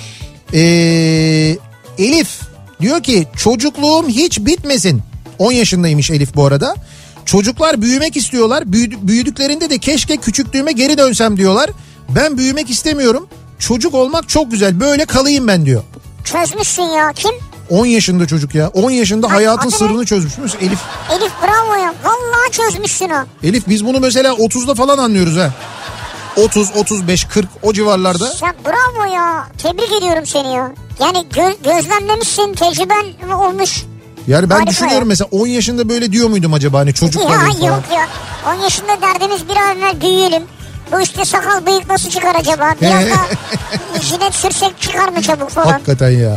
Elif diyor ki çocukluğum hiç bitmesin. 10 yaşındaymış Elif bu arada. Çocuklar büyümek istiyorlar. Büyüdüklerinde de keşke küçüklüğüme geri dönsem diyorlar. Ben büyümek istemiyorum. Çocuk olmak çok güzel. Böyle kalayım ben diyor. Çözmüşsün ya. Kim? 10 yaşında çocuk ya. 10 yaşında hayatın sırrını çözmüş müsün Elif? Elif bravo ya. Vallahi çözmüşsün o. Elif biz bunu mesela 30'da falan anlıyoruz ha. 30, 35, 40 o civarlarda. Sen bravo ya. Tebrik ediyorum seni ya. Yani gözlemlemişsin, tecrüben olmuş. Yani ben Harika düşünüyorum ya. mesela 10 yaşında böyle diyor muydum acaba hani çocuklar Ya falan. yok ya. 10 yaşında derdimiz bir an evvel büyüyelim. Bu işte sakal bıyık nasıl çıkar acaba? Biraz da jilet sürsek çıkar mı çabuk falan. Hakikaten ya.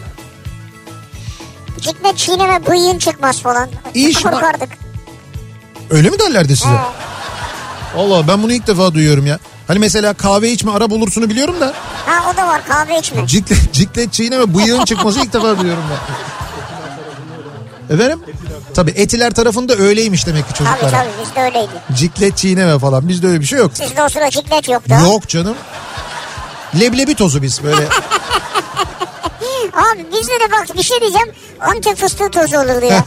Ciklet çiğneme bıyığın çıkmaz falan. İş var. Korkardık. Öyle mi derlerdi size? He. Allah ben bunu ilk defa duyuyorum ya. Hani mesela kahve içme ara bulursunu biliyorum da. Ha o da var, kahve içme. Ciklet çiğneme bıyığın çıkması ilk defa duyuyorum ben. Efendim? Tabii Etiler tarafında öyleymiş demek ki çocuklara. Tabii bizde öyleydi. Ciklet çiğneme falan bizde öyle bir şey yok. Sizde o sıra ciklet yoktu. Yok canım. Leblebi tozu biz böyle. Abi bizde de bak bir şey diyeceğim. Antep fıstığı tozu olurdu ya.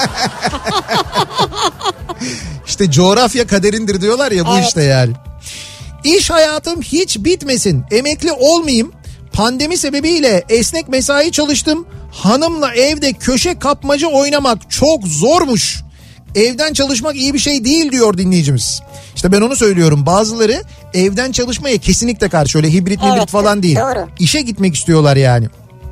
İşte coğrafya kaderindir diyorlar ya bu Evet. işte yani. İş hayatım hiç bitmesin. Emekli olmayayım. Pandemi sebebiyle esnek mesai çalıştım. Hanımla evde köşe kapmaca oynamak çok zormuş. Evden çalışmak iyi bir şey değil diyor dinleyicimiz. İşte ben onu söylüyorum. Bazıları evden çalışmaya kesinlikle karşı, öyle hibrit Evet, falan değil. doğru. İşe gitmek istiyorlar yani.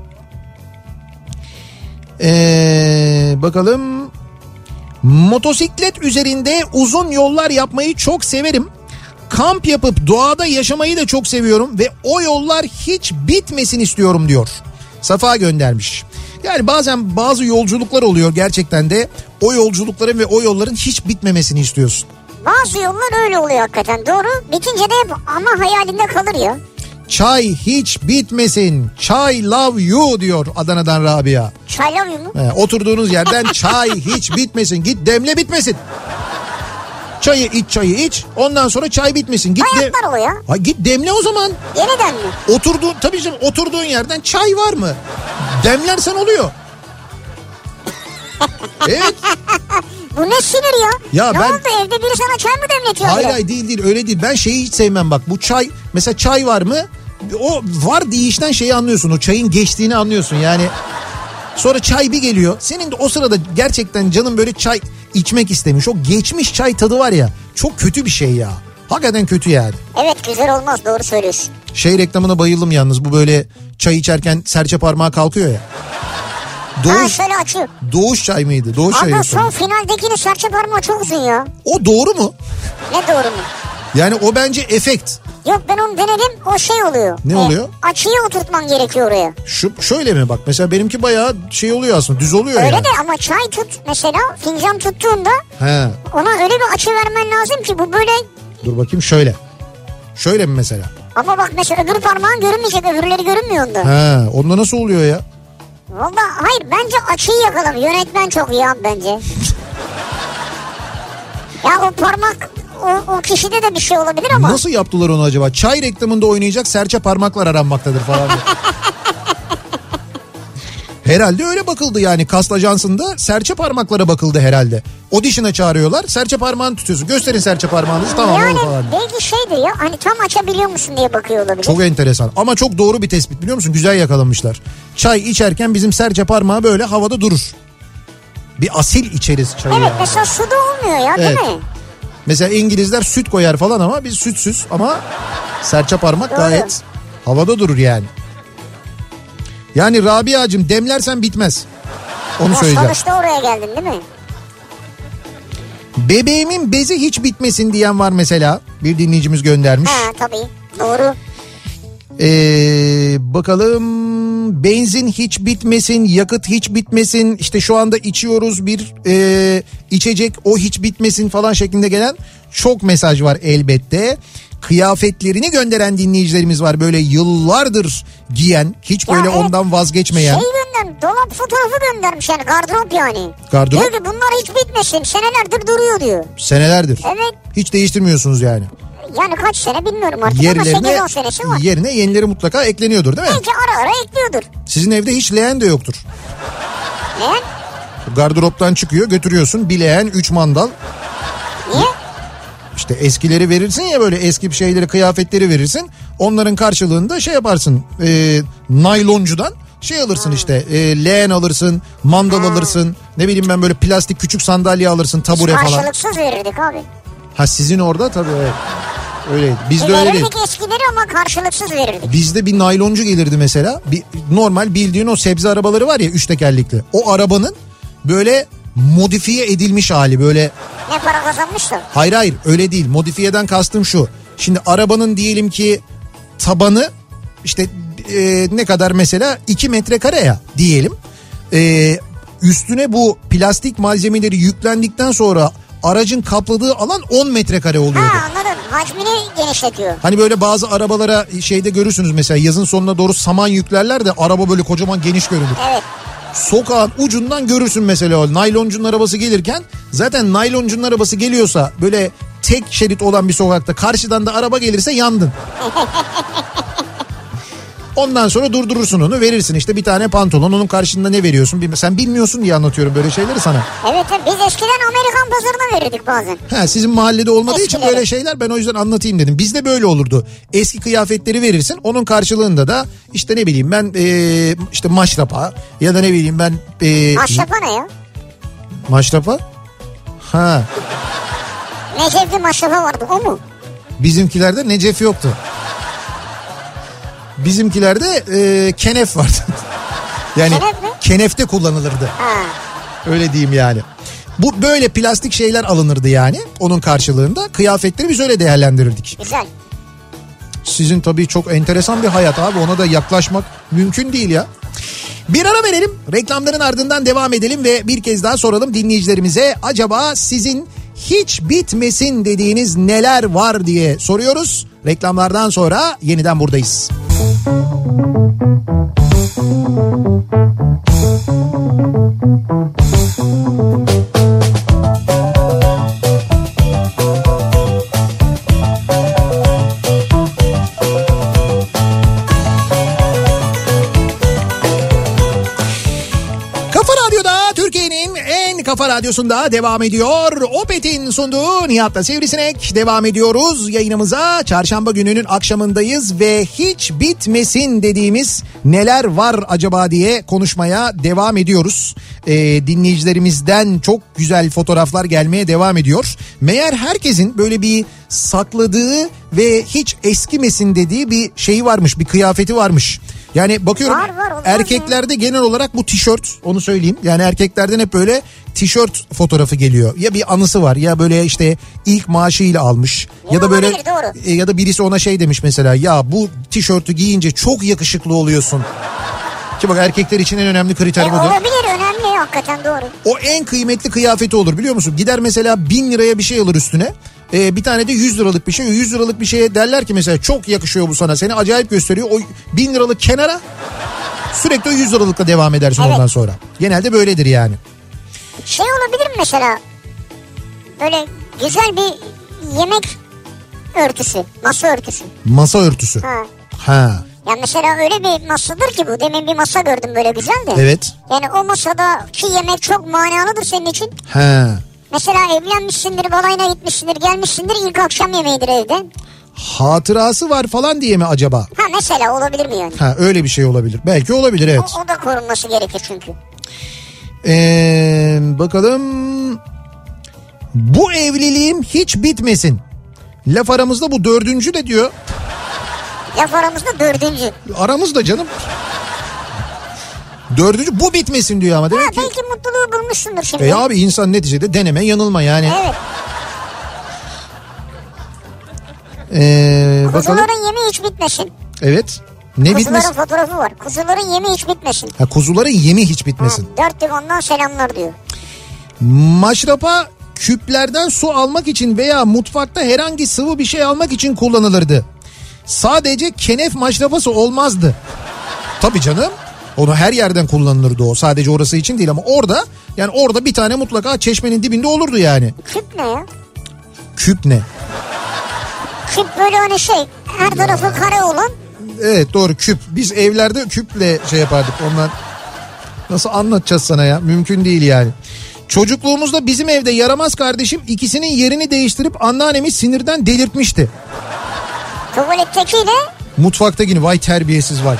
Bakalım. Motosiklet üzerinde uzun yollar yapmayı çok severim. Kamp yapıp doğada yaşamayı da çok seviyorum ve o yollar hiç bitmesin istiyorum diyor. Safa göndermiş. Yani bazen bazı yolculuklar oluyor gerçekten de o yolculukların ve o yolların hiç bitmemesini istiyorsun. Bazı yollar öyle oluyor hakikaten, doğru. Bitince de hep ama hayalinde kalır ya. Çay hiç bitmesin. Çay love you diyor Adana'dan Rabia. Çay love you mu? Oturduğunuz yerden çay hiç bitmesin. Git demle bitmesin. Çayı iç. Ondan sonra çay bitmesin. Git Hayatlar o ya. Ha, git demle o zaman. Yeniden mi? Tabii canım oturduğun yerden çay var mı? Demlersen oluyor. Evet. Bu ne sinir ya? Ya ne ben- oldu, evde biri sana çay mı demletiyor? Hayır bile? hayır değil öyle değil. Ben şeyi hiç sevmem bak. Bu çay mesela çay var mı? O var deyişten şeyi anlıyorsun. O çayın geçtiğini anlıyorsun yani. Sonra çay bir geliyor. Senin de o sırada gerçekten canın böyle çay içmek istemiş. O geçmiş çay tadı var ya. Çok kötü bir şey ya. Hakikaten kötü yani. Evet, güzel olmaz, doğru söylüyorsun. Şey reklamına bayıldım yalnız. Bu böyle çay içerken serçe parmağı kalkıyor ya. Ha şöyle açıyor. Doğuş çay mıydı? Doğuş çayı. Ama son finaldekini serçe parmağı çok uzun ya. O doğru mu? Ne doğru mu? Yani o bence efekt. Yok, ben onu denedim, o şey oluyor. Ne oluyor? Açıyı oturtman gerekiyor oraya. Şöyle mi bak mesela benimki bayağı şey oluyor aslında, düz oluyor Öyle yani. de ama çay tut mesela, fincan tuttuğunda He. ona öyle bir açı vermen lazım ki bu böyle. Dur bakayım şöyle. Şöyle mi mesela? Ama bak mesela öbür parmağın görünmeyecek, öbürleri görünmüyor onda. He. Onda nasıl oluyor ya? Valla hayır, bence açıyı yakalamıyor. Yönetmen çok iyi abi bence. Ya o parmak o kişide de bir şey olabilir ama. Nasıl yaptılar onu acaba? Çay reklamında oynayacak serçe parmaklar aranmaktadır falan diye. Herhalde öyle bakıldı yani, kast ajansında serçe parmaklara bakıldı herhalde. Audition'a çağırıyorlar, serçe parmağını tutuyorsun. Gösterin serçe parmağınızı, tamam Yani falan. belki şeydir ya, hani tam açabiliyor musun diye bakıyor olabilir. Çok enteresan ama çok doğru bir tespit, biliyor musun? Güzel yakalamışlar. Çay içerken bizim serçe parmağı böyle havada durur. Bir asil içeriz çayı. Evet yani. mesela suda olmuyor ya, değil Evet. mi? Mesela İngilizler süt koyar falan ama biz sütsüz, ama serçe parmak Doğru. gayet havada durur yani. Yani Rabia'cığım demlersen bitmez. Onu Ya söyleyeceğim. sonuçta oraya geldin değil mi? Bebeğimin bezi hiç bitmesin diyen var mesela. Bir dinleyicimiz göndermiş. Ha tabii, doğru. Bakalım, benzin hiç bitmesin, yakıt hiç bitmesin, işte şu anda içiyoruz bir içecek, o hiç bitmesin falan şeklinde gelen çok mesaj var elbette. Kıyafetlerini gönderen dinleyicilerimiz var, böyle yıllardır giyen, hiç böyle evet. ondan vazgeçmeyen. Şey gönder, dolap fotoğrafı göndermiş yani, gardırop yani. Gardırop? Diyor ki bunlar hiç bitmesin, senelerdir duruyor diyor. Senelerdir. Evet. Hiç değiştirmiyorsunuz yani. Yani kaç sene bilmiyorum artık ama 8-10 senesi var. Yerine yenileri mutlaka ekleniyordur değil mi? Belki ara ara ekliyordur. Sizin evde hiç leğen de yoktur. Ne? Gardıroptan çıkıyor, götürüyorsun bir leğen, 3 mandal. Niye? İşte eskileri verirsin ya, böyle eski bir şeyleri, kıyafetleri verirsin. Onların karşılığında şey yaparsın, nayloncudan şey alırsın işte, leğen alırsın, mandal alırsın. Ne bileyim ben, böyle plastik küçük sandalye alırsın, tabure falan. Karşılıksız verirdik abi. Ha sizin orada tabii, evet. Öyleydi. Bizde öyle değil. Verirdik eskileri ama karşılıksız verirdik. Bizde bir nayloncu gelirdi mesela. Normal bildiğin o sebze arabaları var ya 3 tekerlekli. O arabanın böyle modifiye edilmiş hali böyle. Ne para kazanmıştı? Hayır öyle değil. Modifiyeden kastım şu. Şimdi arabanın diyelim ki tabanı işte ne kadar mesela 2 metrekare ya diyelim. Üstüne bu plastik malzemeleri yüklendikten sonra aracın kapladığı alan 10 metrekare oluyordu. Ha anladım. Hacmini genişletiyor. Hani böyle bazı arabalara şeyde görürsünüz mesela yazın sonuna doğru saman yüklerler de araba böyle kocaman geniş görünür. Evet. Sokağın ucundan görürsün mesela o nayloncunun arabası gelirken. Zaten nayloncunun arabası geliyorsa böyle tek şerit olan bir sokakta karşıdan da araba gelirse yandın. Ondan sonra durdurursun onu, verirsin işte bir tane pantolon, onun karşında ne veriyorsun? Sen bilmiyorsun diye anlatıyorum böyle şeyleri sana. Evet biz eskiden Amerikan pazarına verirdik bazen. Ha, sizin mahallede olmadığı için böyle şeyler, ben o yüzden anlatayım dedim. Bizde böyle olurdu. Eski kıyafetleri verirsin, onun karşılığında da işte ne bileyim ben işte maşrapa ya da ne bileyim ben... Maşrapa ne ya? Maşrapa? Ha. Necefli maşrapa vardı, o mu? Bizimkilerde Necef yoktu. Bizimkilerde kenef vardı. Yani kenefte kullanılırdı. Ha. Öyle diyeyim yani. Bu böyle plastik şeyler alınırdı yani onun karşılığında. Kıyafetleri biz öyle değerlendirirdik. Güzel. Sizin tabii çok enteresan bir hayat abi, ona da yaklaşmak mümkün değil ya. Bir ara verelim, reklamların ardından devam edelim ve bir kez daha soralım dinleyicilerimize. Acaba sizin hiç bitmesin dediğiniz neler var diye soruyoruz. Reklamlardan sonra yeniden buradayız. Kafa Radyosu'nda devam ediyor. Opet'in sunduğu Nihat'la Sivrisinek devam ediyoruz yayınımıza. Çarşamba gününün akşamındayız ve hiç bitmesin dediğimiz neler var acaba diye konuşmaya devam ediyoruz. Dinleyicilerimizden çok güzel fotoğraflar gelmeye devam ediyor. Meğer herkesin böyle bir sakladığı ve hiç eskimesin dediği bir şeyi varmış, bir kıyafeti varmış. Yani bakıyorum var, erkeklerde genel olarak bu tişört, onu söyleyeyim. Yani erkeklerden hep böyle tişört fotoğrafı geliyor. Ya bir anısı var ya böyle işte ilk maaşıyla almış. Ya da böyle ya da birisi ona şey demiş mesela, ya bu tişörtü giyince çok yakışıklı oluyorsun. Ki bak erkekler için en önemli kriter budur. Olabilir, önemli hakikaten, doğru. O en kıymetli kıyafeti olur biliyor musun? Gider mesela 1000 liraya bir şey alır üstüne. Bir tane de 100 liralık bir şey. 100 liralık bir şeye derler ki mesela çok yakışıyor bu sana. Seni acayip gösteriyor. O 1000 liralık kenara, sürekli o 100 liralıkla devam edersin ondan sonra. Genelde böyledir yani. Şey olabilir mi mesela? Böyle güzel bir yemek örtüsü. Masa örtüsü. Masa örtüsü. Ha. Ya mesela öyle bir masadır ki bu. Demin bir masa gördüm böyle güzel de. Evet. Yani o masadaki yemek çok manalıdır senin için. Ha. Mesela evlenmişsindir, balayına gitmişsindir, gelmişsindir, ilk akşam yemeğidir evde. Hatırası var falan diye mi acaba? Ha mesela olabilir mi yani? Ha, öyle bir şey olabilir. Belki olabilir, evet. O da korunması gerekir çünkü. Bakalım. Bu evliliğim hiç bitmesin. Laf aramızda bu 4. de diyor. Laf aramızda 4. Aramızda canım. 4. bu bitmesin diyor ama demek ki. Belki mutluluğu bulmuşsundur şimdi. Abi insan neticede deneme yanılma yani. Evet. Bakalım. Kuzuların yemi hiç bitmesin. Evet. Ne Kuzuların bitmesin? fotoğrafı var. Kuzuların yemi hiç bitmesin. Ha, kuzuların yemi hiç bitmesin. 4 ondan selamlar diyor. Maşrapa küplerden su almak için veya mutfakta herhangi sıvı bir şey almak için kullanılırdı. Sadece kenef maşrapası olmazdı. Tabii canım. Onu her yerden kullanılırdı o. Sadece orası için değil ama orada bir tane mutlaka çeşmenin dibinde olurdu yani. Küp ne ya? Küp ne? Küp böyle hani her tarafı kare olan. Evet doğru, küp. Biz evlerde küple şey yapardık. Ondan nasıl anlatacağız sana ya? Mümkün değil yani. Çocukluğumuzda bizim evde yaramaz kardeşim ikisinin yerini değiştirip anneannemi sinirden delirtmişti. Tuvalettekiyle? Mutfaktakini, vay terbiyesiz vay.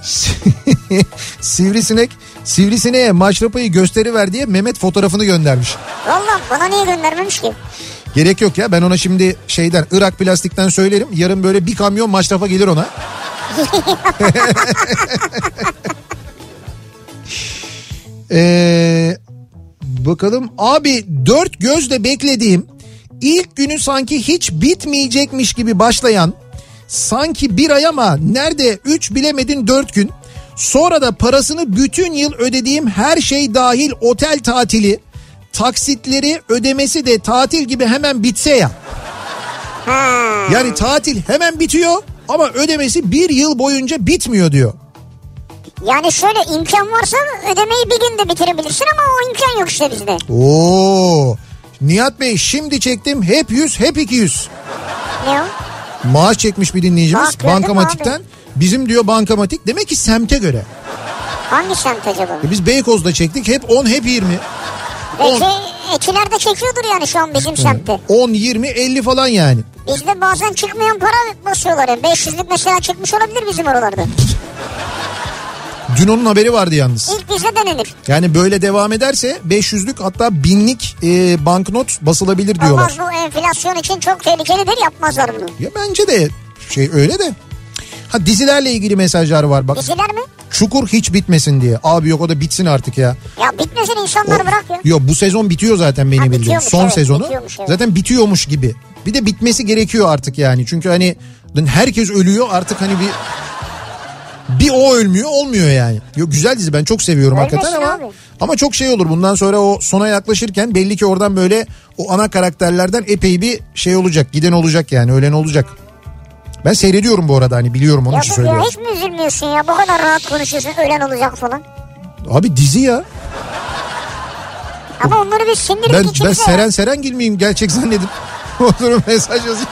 Sivrisineğe maşrapayı gösteriver diye Mehmet fotoğrafını göndermiş. Vallahi bana niye göndermemiş ki? Gerek yok ya, ben ona şimdi Irak Plastik'ten söylerim. Yarın böyle bir kamyon maşrafa gelir ona. Bakalım abi, 4 gözle beklediğim, ilk günü sanki hiç bitmeyecekmiş gibi başlayan, sanki bir ay ama nerede 3 bilemedin 4 gün, sonra da parasını bütün yıl ödediğim her şey dahil otel tatili, taksitleri ödemesi de tatil gibi hemen bitse ya. Yani tatil hemen bitiyor ama ödemesi bir yıl boyunca bitmiyor diyor. Yani şöyle, imkan varsa ödemeyi bir günde bitirebilirsin ama o imkan yok işte bizde. Oo, Nihat Bey şimdi çektim, hep 100 hep 200. Ne o? Maaş çekmiş bir dinleyicimiz bankamatikten. Bizim diyor bankamatik, demek ki semte göre. Hangi semt acaba? Biz Beykoz'da çektik, hep 10 hep 20. Belki Etiler de çekiyordur yani şu an bizim semtte. 10, 20, 50 falan yani. Bizde bazen çıkmayan para basıyorlar. Yani 500'lük mesela çıkmış olabilir bizim oralarda. Dün onun haberi vardı yalnız. İlk bize denenir. Yani böyle devam ederse 500'lük hatta 1000'lik banknot basılabilir diyorlar. Olmaz, bu enflasyon için çok tehlikelidir, yapmazlar bunu. Ya bence de öyle de. Ha, dizilerle ilgili mesajlar var bak. Diziler mi? Çukur hiç bitmesin diye. Abi yok, o da bitsin artık ya. Ya bitmesin, insanlar bırak ya. Yok, bu sezon bitiyor zaten benim bildiğim. Son evet, sezonu. evet. Zaten bitiyormuş gibi. Bir de bitmesi gerekiyor artık yani. Çünkü hani herkes ölüyor artık, hani bir o ölmüyor olmuyor yani. Yok, güzel dizi, ben çok seviyorum Ölmesin hakikaten abi. ama çok olur bundan sonra, o sona yaklaşırken belli ki oradan böyle o ana karakterlerden epey bir olacak, giden olacak yani, ölen olacak. Ben seyrediyorum bu arada, hani biliyorum, onun için söylüyorum. Ya hiç mi üzülmüyorsun ya, bu kadar rahat konuşuyorsun, ölen olacak falan. Abi dizi ya. Ama onları biz sindirdik içimize. Ben Serengil miyim gerçek zannedip oturum mesaj yazayım.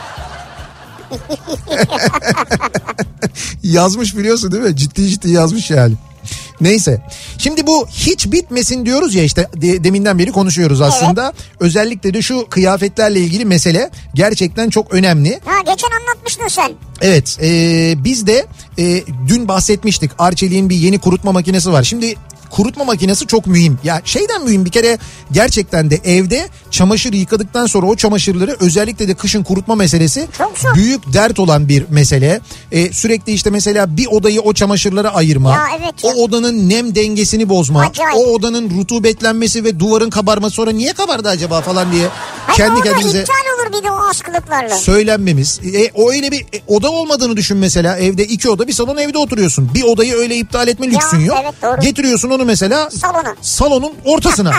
Yazmış, biliyorsun değil mi? Ciddi yazmış yani. Neyse. Şimdi bu hiç bitmesin diyoruz ya, işte deminden beri konuşuyoruz aslında. Evet. Özellikle de şu kıyafetlerle ilgili mesele gerçekten çok önemli. Ha, geçen anlatmıştın sen. Evet, biz de dün bahsetmiştik. Arçelik'in bir yeni kurutma makinesi var. Şimdi kurutma makinesi çok mühim. Ya mühim bir kere, gerçekten de evde çamaşır yıkadıktan sonra o çamaşırları özellikle de kışın kurutma meselesi büyük dert olan bir mesele. Sürekli işte mesela bir odayı o çamaşırlara ayırma. Ya evet ya. O odanın nem dengesini bozma. Acayip. O odanın rutubetlenmesi ve duvarın kabarması, sonra niye kabardı acaba falan diye kendi kendimize iptal olur bir de o askılıklarla. Söylenmemiz. O öyle bir oda olmadığını düşün mesela. Evde 2 oda bir salon, evde oturuyorsun. Bir odayı öyle iptal etme lüksün yok. Evet, doğru. Getiriyorsun onu mesela salonun ortasına.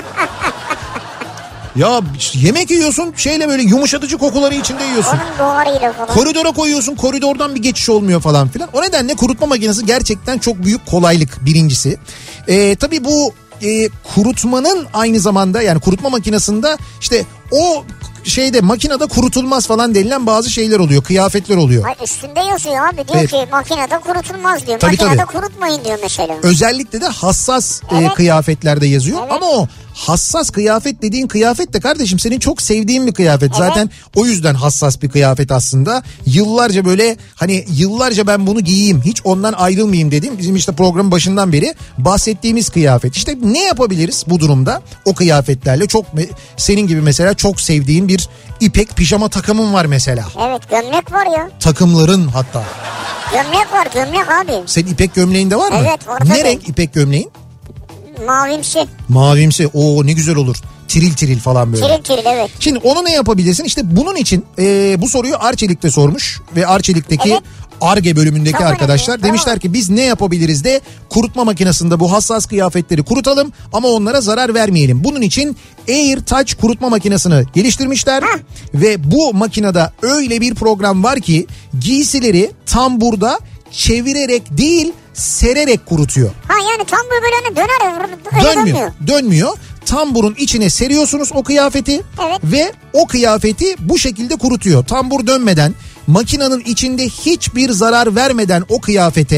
Ya yemek yiyorsun, böyle yumuşatıcı kokuları içinde yiyorsun. Onun buharıyla falan. Koridora koyuyorsun, koridordan bir geçiş olmuyor falan filan. O nedenle kurutma makinesi gerçekten çok büyük kolaylık, birincisi. Tabii bu kurutmanın aynı zamanda, yani kurutma makinesinde işte o makinede kurutulmaz falan denilen bazı şeyler oluyor, kıyafetler oluyor. Hayır, üstünde yazıyor abi, diyor ki makinede kurutulmaz diyor. Tabii, makinede kurutmayın diyor mesela. Özellikle de hassas kıyafetlerde yazıyor. Evet. Ama o hassas kıyafet dediğin kıyafet de kardeşim senin çok sevdiğin bir kıyafet. Evet. Zaten o yüzden hassas bir kıyafet aslında. Yıllarca böyle yıllarca ben bunu giyeyim, hiç ondan ayrılmayayım dedim. Bizim işte programın başından beri bahsettiğimiz kıyafet. İşte ne yapabiliriz bu durumda o kıyafetlerle? Çok senin gibi mesela çok sevdiğin bir ipek pijama takımın var mesela. Evet, gömlek var ya. Takımların hatta. Gömlek var, gömlek abi. Senin ipek gömleğin de var mı? Evet, var. Ne renk ipek gömleğin? Mavimsi. Mavimsi. Oo, ne güzel olur. Tiril falan böyle. Tiril evet. Şimdi onu ne yapabilirsin? İşte bunun için bu soruyu Arçelik'te sormuş ve Arçelik'teki Ar-Ge bölümündeki çok arkadaşlar önemli. Demişler ki biz ne yapabiliriz de kurutma makinesinde bu hassas kıyafetleri kurutalım ama onlara zarar vermeyelim. Bunun için AirTouch kurutma makinesini geliştirmişler. Ve bu makinede öyle bir program var ki giysileri tam burada çevirerek değil, sererek kurutuyor. Ha, yani tam böyle dönmüyor. Tamburun içine seriyorsunuz o kıyafeti ve o kıyafeti bu şekilde kurutuyor. Tambur dönmeden, makinenin içinde hiçbir zarar vermeden o kıyafete,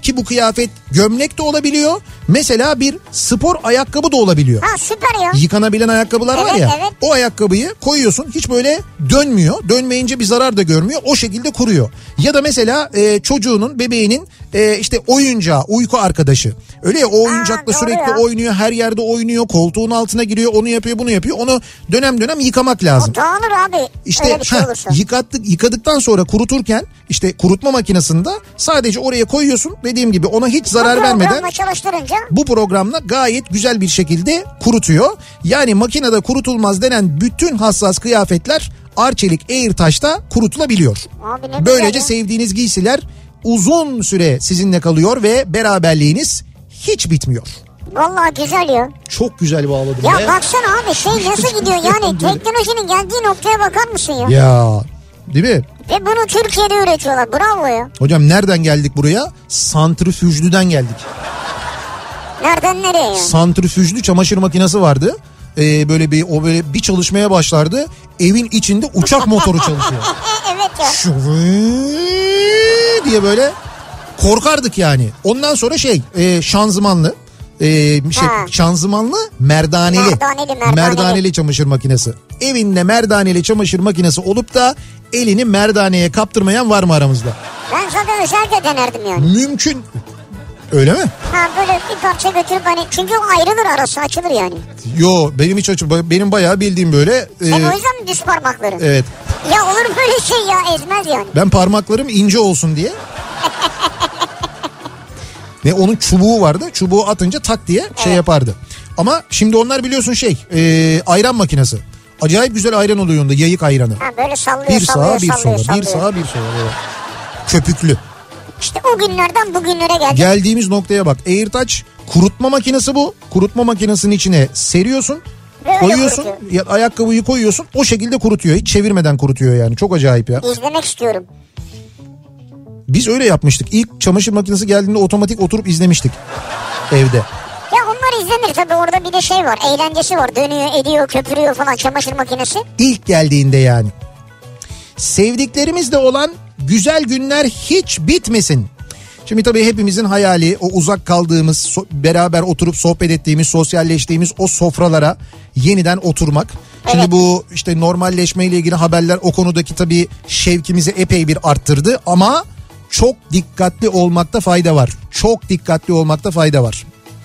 ki bu kıyafet gömlek de olabiliyor. Mesela bir spor ayakkabı da olabiliyor. Ha süper ya. Yıkanabilen ayakkabılar var Evet, ya. evet. O ayakkabıyı koyuyorsun, hiç böyle dönmüyor. Dönmeyince bir zarar da görmüyor. O şekilde kuruyor. Ya da mesela çocuğunun, bebeğinin işte oyuncağı, uyku arkadaşı. Öyle ya, o oyuncakla doğru sürekli ya. oynuyor, her yerde oynuyor, koltuğun altına giriyor, onu yapıyor, bunu yapıyor. Onu dönem dönem yıkamak lazım. O dağılır abi. İşte öyle bir şey olursa. yıkadıktan sonra kuruturken işte kurutma makinesinde sadece oraya koyuyorsun. Dediğim gibi ona hiç zarar vermeden Programla çalıştırınca. bu programla gayet güzel bir şekilde kurutuyor. Yani makinede kurutulmaz denen bütün hassas kıyafetler Arçelik Airtouch'ta kurutulabiliyor. Abi ne Böylece güzel ya. sevdiğiniz giysiler uzun süre sizinle kalıyor ve beraberliğiniz hiç bitmiyor. Vallahi güzel ya. Çok güzel bağladım. Ya be. baksana abi nasıl gidiyor yani teknolojinin geldiği noktaya bakar mısın ya? Ya değil mi? Ve bunu Türkiye'de üretiyorlar, bravo ya. Hocam nereden geldik buraya? Santrifüjlüden geldik. Nereden nereye yani? Santrifüjlü çamaşır makinesi vardı. Böyle bir çalışmaya başlardı. Evin içinde uçak motoru çalışıyor. Evet ya. Şu diye böyle korkardık yani. Ondan sonra şanzımanlı. Şanzımanlı merdaneli. Merdaneli çamaşır makinesi. Evinde merdaneli çamaşır makinesi olup da elini merdaneye kaptırmayan var mı aramızda? Ben zaten özellikle denerdim yani. Mümkün. Öyle mi? Ha böyle bir parça götürüp hani çünkü o ayrılır, arası açılır yani. Yo, benim bayağı bildiğim böyle. Sen o yüzden mi düz parmakları? Evet. Ya olur böyle şey ya, ezmez yani. Ben parmaklarım ince olsun diye. Ve onun çubuğu vardı. Çubuğu atınca tak diye yapardı. Ama şimdi onlar biliyorsun ayran makinesi. Acayip güzel ayran oluyor onda, yayık ayranı. Ha böyle sallıyor, Bir sağa sallıyor, bir sallıyor, sola, bir sallıyor. sağa bir sola. Böyle. Köpüklü. İşte o günlerden bugünlere geldik. Geldiğimiz noktaya bak. Airtouch kurutma makinesi bu. Kurutma makinesinin içine seriyorsun. Böyle Koyuyorsun. kurutuyor. Ayakkabıyı koyuyorsun. O şekilde kurutuyor. Hiç çevirmeden kurutuyor yani. Çok acayip ya. İzlemek istiyorum. Biz öyle yapmıştık. İlk çamaşır makinesi geldiğinde otomatik oturup izlemiştik evde. Ya onlar izlenir tabii, orada bir de şey var, eğlencesi var. Dönüyor, ediyor, köpürüyor falan çamaşır makinesi. İlk geldiğinde yani. Sevdiklerimizle olan güzel günler hiç bitmesin. Şimdi tabii hepimizin hayali o uzak kaldığımız, beraber oturup sohbet ettiğimiz, sosyalleştiğimiz o sofralara yeniden oturmak. Şimdi Evet. bu işte normalleşmeyle ilgili haberler o konudaki tabii şevkimizi epey bir arttırdı ama çok dikkatli olmakta fayda var. Çok dikkatli olmakta fayda var.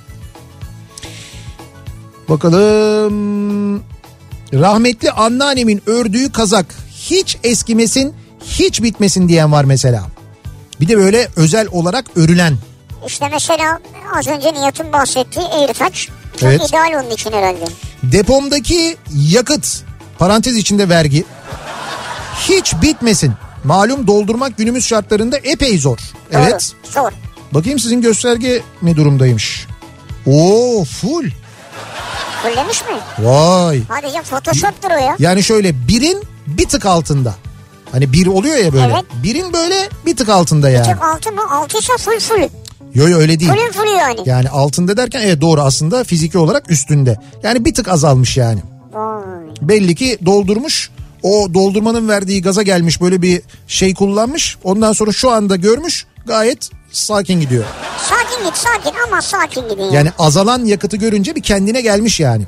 Bakalım. Rahmetli anneannemin ördüğü kazak hiç eskimesin, hiç bitmesin diyen var mesela. Bir de böyle özel olarak örülen. İşte mesela az önce Nihat'ın bahsettiği Airtouch çok Evet. ideal onun için herhalde. Depomdaki yakıt, parantez içinde vergi, hiç bitmesin. Malum doldurmak günümüz şartlarında epey zor. Evet. Doğru, zor. Bakayım sizin gösterge ne durumdaymış? Oo, full. Fullemiş mi? Vay. Hadi canım, Photoshop'tur o ya. Yani şöyle birin bir tık altında. Hani bir oluyor ya böyle. Evet. Birin böyle bir tık altında yani. Çok altı mı? Altıysa full. Yo öyle değil. Full yani. Yani altında derken evet doğru, aslında fiziki olarak üstünde. Yani bir tık azalmış yani. Vay. Belli ki doldurmuş. O doldurmanın verdiği gaza gelmiş, böyle bir şey kullanmış. Ondan sonra şu anda görmüş, gayet sakin gidiyor. Sakin git, sakin ama sakin gidin ya. Yani azalan yakıtı görünce bir kendine gelmiş yani.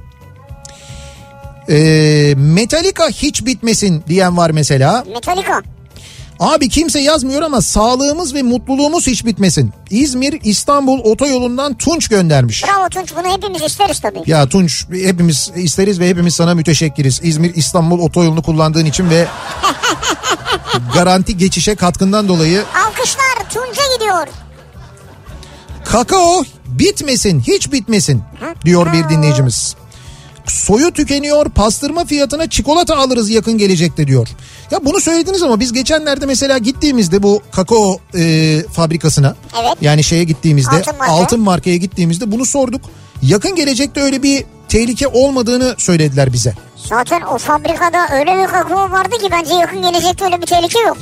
Metallica hiç bitmesin diyen var mesela. Metallica. Abi kimse yazmıyor ama sağlığımız ve mutluluğumuz hiç bitmesin. İzmir İstanbul otoyolundan Tunç göndermiş. Bravo Tunç, bunu hepimiz isteriz tabii. Ya Tunç, hepimiz isteriz ve hepimiz sana müteşekkiriz. İzmir İstanbul otoyolunu kullandığın için ve garanti geçişe katkından dolayı. Alkışlar Tunç'a gidiyor. Kakao bitmesin, hiç bitmesin diyor bir dinleyicimiz. Soyu tükeniyor, pastırma fiyatına çikolata alırız yakın gelecekte diyor. Ya bunu söylediniz ama biz geçenlerde mesela gittiğimizde bu kakao fabrikasına, Evet. yani şeye gittiğimizde, Altın markaya gittiğimizde bunu sorduk. Yakın gelecekte öyle bir tehlike olmadığını söylediler bize. Zaten o fabrikada öyle bir kakao vardı ki bence yakın gelecekte öyle bir tehlike yok.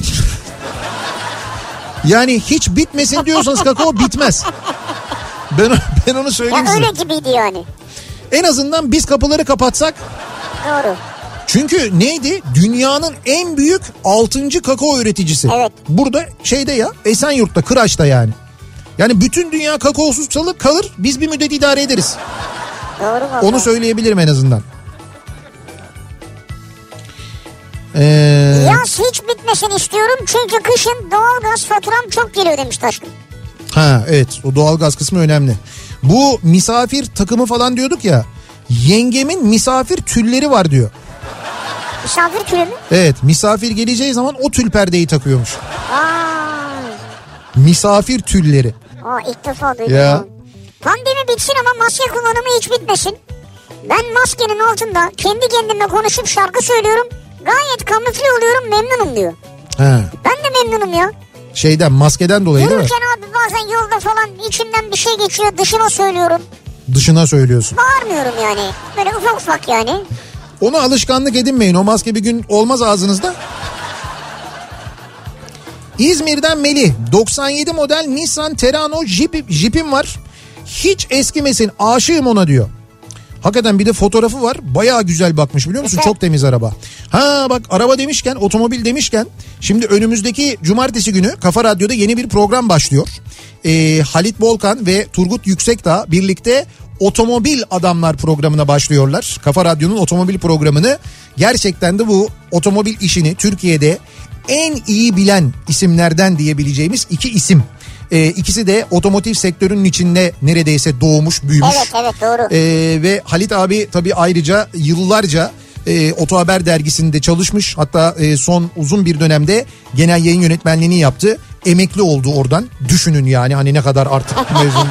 Yani hiç bitmesin diyorsanız kakao bitmez. Ben onu söyleyeyim Ya size. öyle gibiydi yani. En azından biz kapıları kapatsak. Doğru. Çünkü neydi? Dünyanın en büyük 6. kakao üreticisi. Evet. Burada şeyde ya, Esenyurt'ta, Kıraç'ta yani. Yani bütün dünya kakaosuz kalır, biz bir müddet idare ederiz. Doğru vallahi. Onu söyleyebilirim en azından. Yaz hiç bitmesin istiyorum çünkü kışın doğalgaz faturam çok geliyor demiş Taşkın. Ha evet, o doğalgaz kısmı önemli. Bu misafir takımı falan diyorduk ya. Yengemin misafir tülleri var diyor. Misafir tülü mü? Evet, misafir geleceği zaman o tül perdeyi takıyormuş. Vay. Misafir tülleri. İlk defa duydum. Ya. Pandemi bitsin ama maske kullanımı hiç bitmesin. Ben maskenin altında kendi kendime konuşup şarkı söylüyorum. Gayet kamufle oluyorum, memnunum diyor. Ha. Ben de memnunum ya. Şeyden, maskeden dolayı değil mi? Yürürken abi bazen yolda falan içimden bir şey geçiyor, dışına söylüyorum. Dışına söylüyorsun. Bağırmıyorum yani. Böyle ufak ufak yani. Onu alışkanlık edinmeyin. O maske bir gün olmaz ağzınızda. İzmir'den Melih. 97 model Nissan Terrano Jeep'im var. Hiç eskimesin, aşığım ona diyor. Hakikaten bir de fotoğrafı var. Bayağı güzel bakmış, biliyor musun? Çok temiz araba. Ha bak, araba demişken, otomobil demişken, şimdi önümüzdeki cumartesi günü Kafa Radyo'da yeni bir program başlıyor. Halit Bolkan ve Turgut Yüksekdağ birlikte Otomobil Adamlar programına başlıyorlar. Kafa Radyo'nun otomobil programını, gerçekten de bu otomobil işini Türkiye'de en iyi bilen isimlerden diyebileceğimiz iki isim. İkisi de otomotiv sektörünün içinde neredeyse doğmuş, büyümüş. Evet doğru. Ve Halit abi tabii ayrıca yıllarca Oto Haber dergisinde çalışmış. Hatta son uzun bir dönemde genel yayın yönetmenliğini yaptı. Emekli oldu oradan. Düşünün yani, hani ne kadar artık mezun.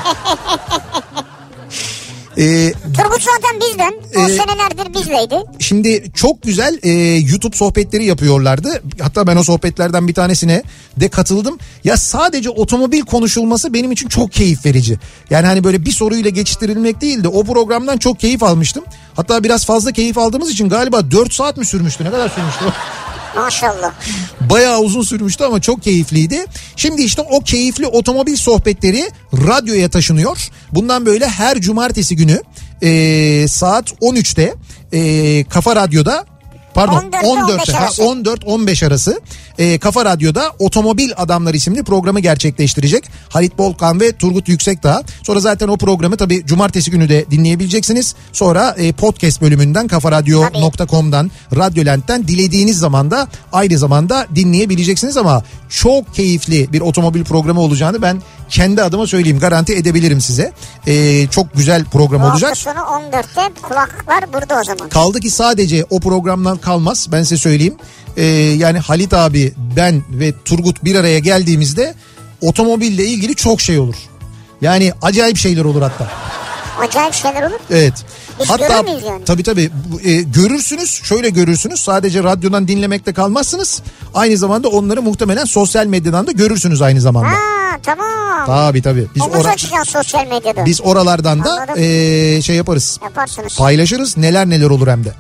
Turgut zaten bizden. O senelerdir bizdeydi. Şimdi çok güzel YouTube sohbetleri yapıyorlardı. Hatta ben o sohbetlerden bir tanesine de katıldım. Ya sadece otomobil konuşulması benim için çok keyif verici. Yani hani böyle bir soruyla geçiştirilmek değil de o programdan çok keyif almıştım. Hatta biraz fazla keyif aldığımız için galiba 4 saat mi sürmüştü? Ne kadar sürmüştü o? Maşallah. Bayağı uzun sürmüştü ama çok keyifliydi. Şimdi işte o keyifli otomobil sohbetleri radyoya taşınıyor. Bundan böyle her cumartesi günü saat 13'te Kafa Radyo'da, pardon 14-15 arası Kafa Radyo'da Otomobil Adamlar isimli programı gerçekleştirecek Halit Bolkan ve Turgut Yüksekdağ. Sonra zaten o programı tabii cumartesi günü de dinleyebileceksiniz. Sonra podcast bölümünden kafaradyo.com'dan, Radyolent'ten dilediğiniz zaman da aynı zamanda dinleyebileceksiniz. Ama çok keyifli bir otomobil programı olacağını ben kendi adıma söyleyeyim, garanti edebilirim size. Çok güzel program olacak. Hafta sonu 14'te kulaklıklar burada o zaman. Kaldı ki sadece o programdan kalmaz, ben size söyleyeyim. Yani Halit abi, ben ve Turgut bir araya geldiğimizde otomobille ilgili çok şey olur. Yani acayip şeyler olur hatta. Acayip şeyler olur. Evet. Biz hatta görür müyüz yani? Tabii görürsünüz, şöyle görürsünüz, sadece radyodan dinlemekte kalmazsınız. Aynı zamanda onları muhtemelen sosyal medyadan da görürsünüz aynı zamanda. Ha tamam. Tabii. Onu açacağız sosyal medyada. Biz oralardan da şey yaparız. Yaparsınız. Paylaşırız, neler olur hem de.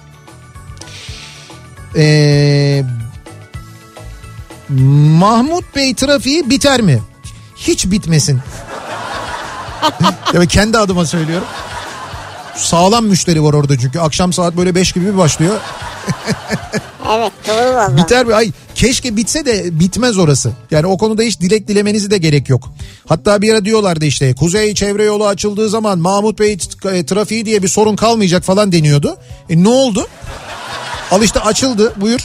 Mahmut Bey trafiği biter mi? Hiç bitmesin. Evet, kendi adıma söylüyorum. Sağlam müşteri var orada çünkü. Akşam saat böyle 5 gibi bir başlıyor. Evet doğru valla. Biter mi? Ay keşke bitse de bitmez orası. Yani o konuda hiç dilek dilemenize de gerek yok. Hatta bir ara diyorlardı işte, Kuzey Çevre Yolu açıldığı zaman Mahmut Bey trafiği diye bir sorun kalmayacak falan deniyordu. Ne oldu? Al işte, açıldı, buyur.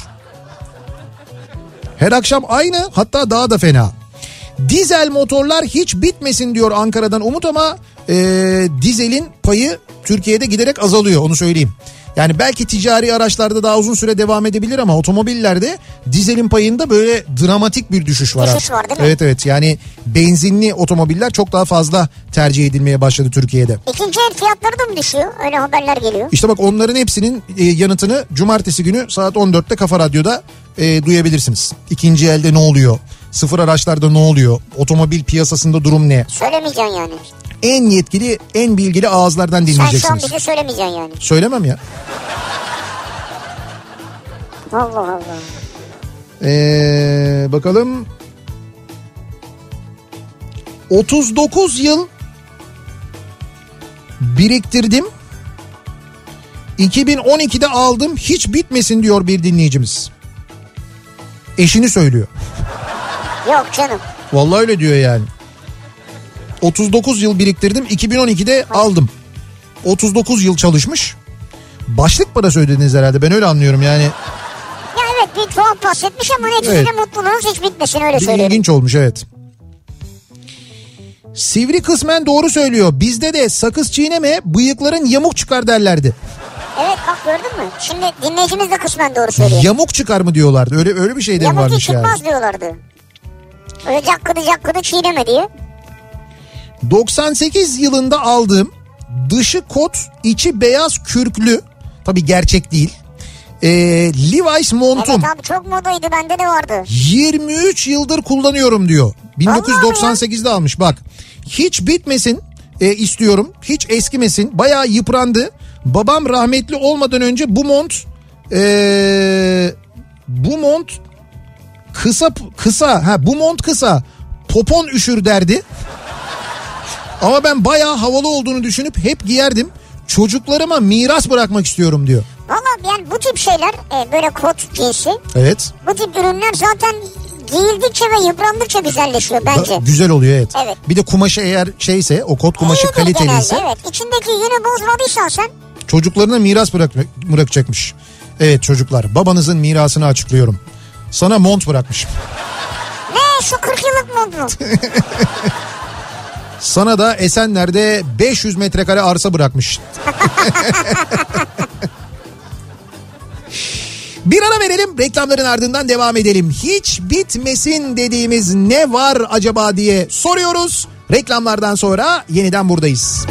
Her akşam aynı, hatta daha da fena. Dizel motorlar hiç bitmesin diyor Ankara'dan Umut, ama dizelin payı Türkiye'de giderek azalıyor, onu söyleyeyim. Yani belki ticari araçlarda daha uzun süre devam edebilir ama otomobillerde dizelin payında böyle dramatik bir düşüş var. Düşüş var değil mi? Evet yani benzinli otomobiller çok daha fazla tercih edilmeye başladı Türkiye'de. İkinci el fiyatları da mı düşüyor? Öyle haberler geliyor. İşte bak, onların hepsinin yanıtını cumartesi günü saat 14'te Kafa Radyo'da duyabilirsiniz. İkinci elde ne oluyor? Sıfır araçlarda ne oluyor? Otomobil piyasasında durum ne? Söylemeyeceksin yani. En yetkili, en bilgili ağızlardan dinleyeceksiniz. Sen şu an bize söylemeyeceksin yani. Söylemem ya. Allah Allah. Bakalım. 39 yıl biriktirdim. 2012'de aldım, hiç bitmesin diyor bir dinleyicimiz. Eşini söylüyor. Yok canım. Vallahi öyle diyor yani. 39 yıl biriktirdim. 2012'de aldım. 39 yıl çalışmış. Başlık parası ödediniz herhalde. Ben öyle anlıyorum yani. Ya evet bir tuhaf bahsetmiş ama neticede Evet. mutluluğunuz hiç bitmesin öyle söylüyorum. İlginç olmuş evet. Sivri kısmen doğru söylüyor. Bizde de sakız çiğneme bıyıkların yamuk çıkar derlerdi. Evet bak gördün mü? Şimdi dinleyicimiz de kısmen doğru söylüyor. Yamuk çıkar mı diyorlardı? Öyle bir şey de mi Yamuk varmış çıkmaz yani? diyorlardı. Öyle cakkıdı çiğneme diye. 98 yılında aldığım dışı kot içi beyaz kürklü, tabii gerçek değil, Levi's montum. Evet abi çok modaydı, bende de vardı. 23 yıldır kullanıyorum diyor. 1998'de almış bak. Hiç bitmesin istiyorum. Hiç eskimesin. Bayağı yıprandı. Babam rahmetli olmadan önce bu mont kısa popon üşür derdi. Ama ben bayağı havalı olduğunu düşünüp hep giyerdim. Çocuklarıma miras bırakmak istiyorum diyor. Valla yani bu tip şeyler böyle kot cinsi. Evet. Bu tip ürünler zaten giyildikçe ve yıprandıkça güzelleşiyor bence. Güzel oluyor evet. Evet. Bir de kumaşı eğer şeyse, o kot kumaşı İyidir kaliteliyse. genelde, evet. İçindeki yünü bozmadıysan sen. Çocuklarına miras bırakacakmış. Evet çocuklar, babanızın mirasını açıklıyorum. Sana mont bırakmışım. Ne şu 40 yıllık mont mu? Sana da Esenler'de 500 metrekare arsa bırakmış. Bir ara verelim, reklamların ardından devam edelim. Hiç bitmesin dediğimiz ne var acaba diye soruyoruz. Reklamlardan sonra yeniden buradayız.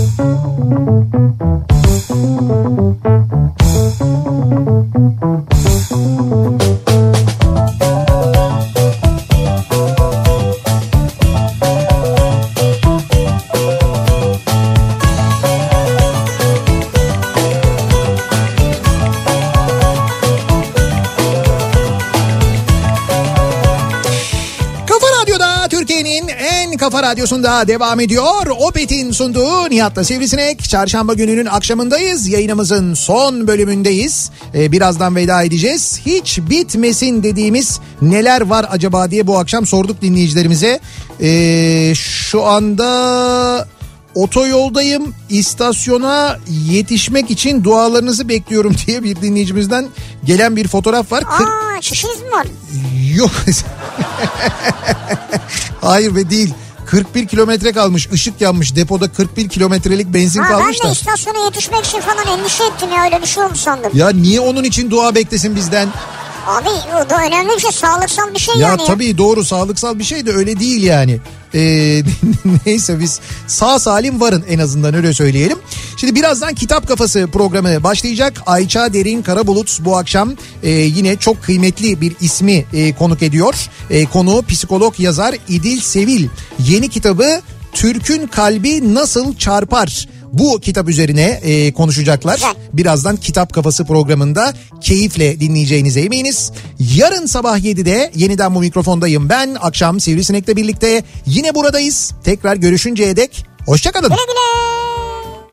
Kafa Radyosu'nda devam ediyor. Opet'in sunduğu Nihat'la Sivrisinek. Çarşamba gününün akşamındayız. Yayınımızın son bölümündeyiz. Birazdan veda edeceğiz. Hiç bitmesin dediğimiz neler var acaba diye bu akşam sorduk dinleyicilerimize. Şu anda otoyoldayım, istasyona yetişmek için dualarınızı bekliyorum diye bir dinleyicimizden gelen bir fotoğraf var. Şişiniz mi var? Yok. Hayır ve değil. 41 kilometre kalmış, ışık yanmış, depoda 41 kilometrelik benzin kalmış da. Ben de istasyona yetişmek için falan endişe ettim ya, öyle bir şey oldu sandım. Ya niye onun için dua beklesin bizden? Abi o da önemli bir şey, sağlıksal bir şey ya yani. Tabii doğru, sağlıksal bir şey de öyle değil yani. Neyse biz sağ salim varın, en azından öyle söyleyelim. Şimdi birazdan Kitap Kafası programı başlayacak. Ayça Derin Karabulut bu akşam yine çok kıymetli bir ismi konuk ediyor. Konuğu psikolog yazar İdil Sevil. Yeni kitabı Türk'ün Kalbi Nasıl Çarpar? Bu kitap üzerine konuşacaklar. Güzel. Birazdan Kitap Kafası programında keyifle dinleyeceğinize eminiz. Yarın sabah 7'de yeniden bu mikrofondayım ben. Akşam Sivrisinek'le birlikte yine buradayız. Tekrar görüşünceye dek hoşça kalın. Güle güle.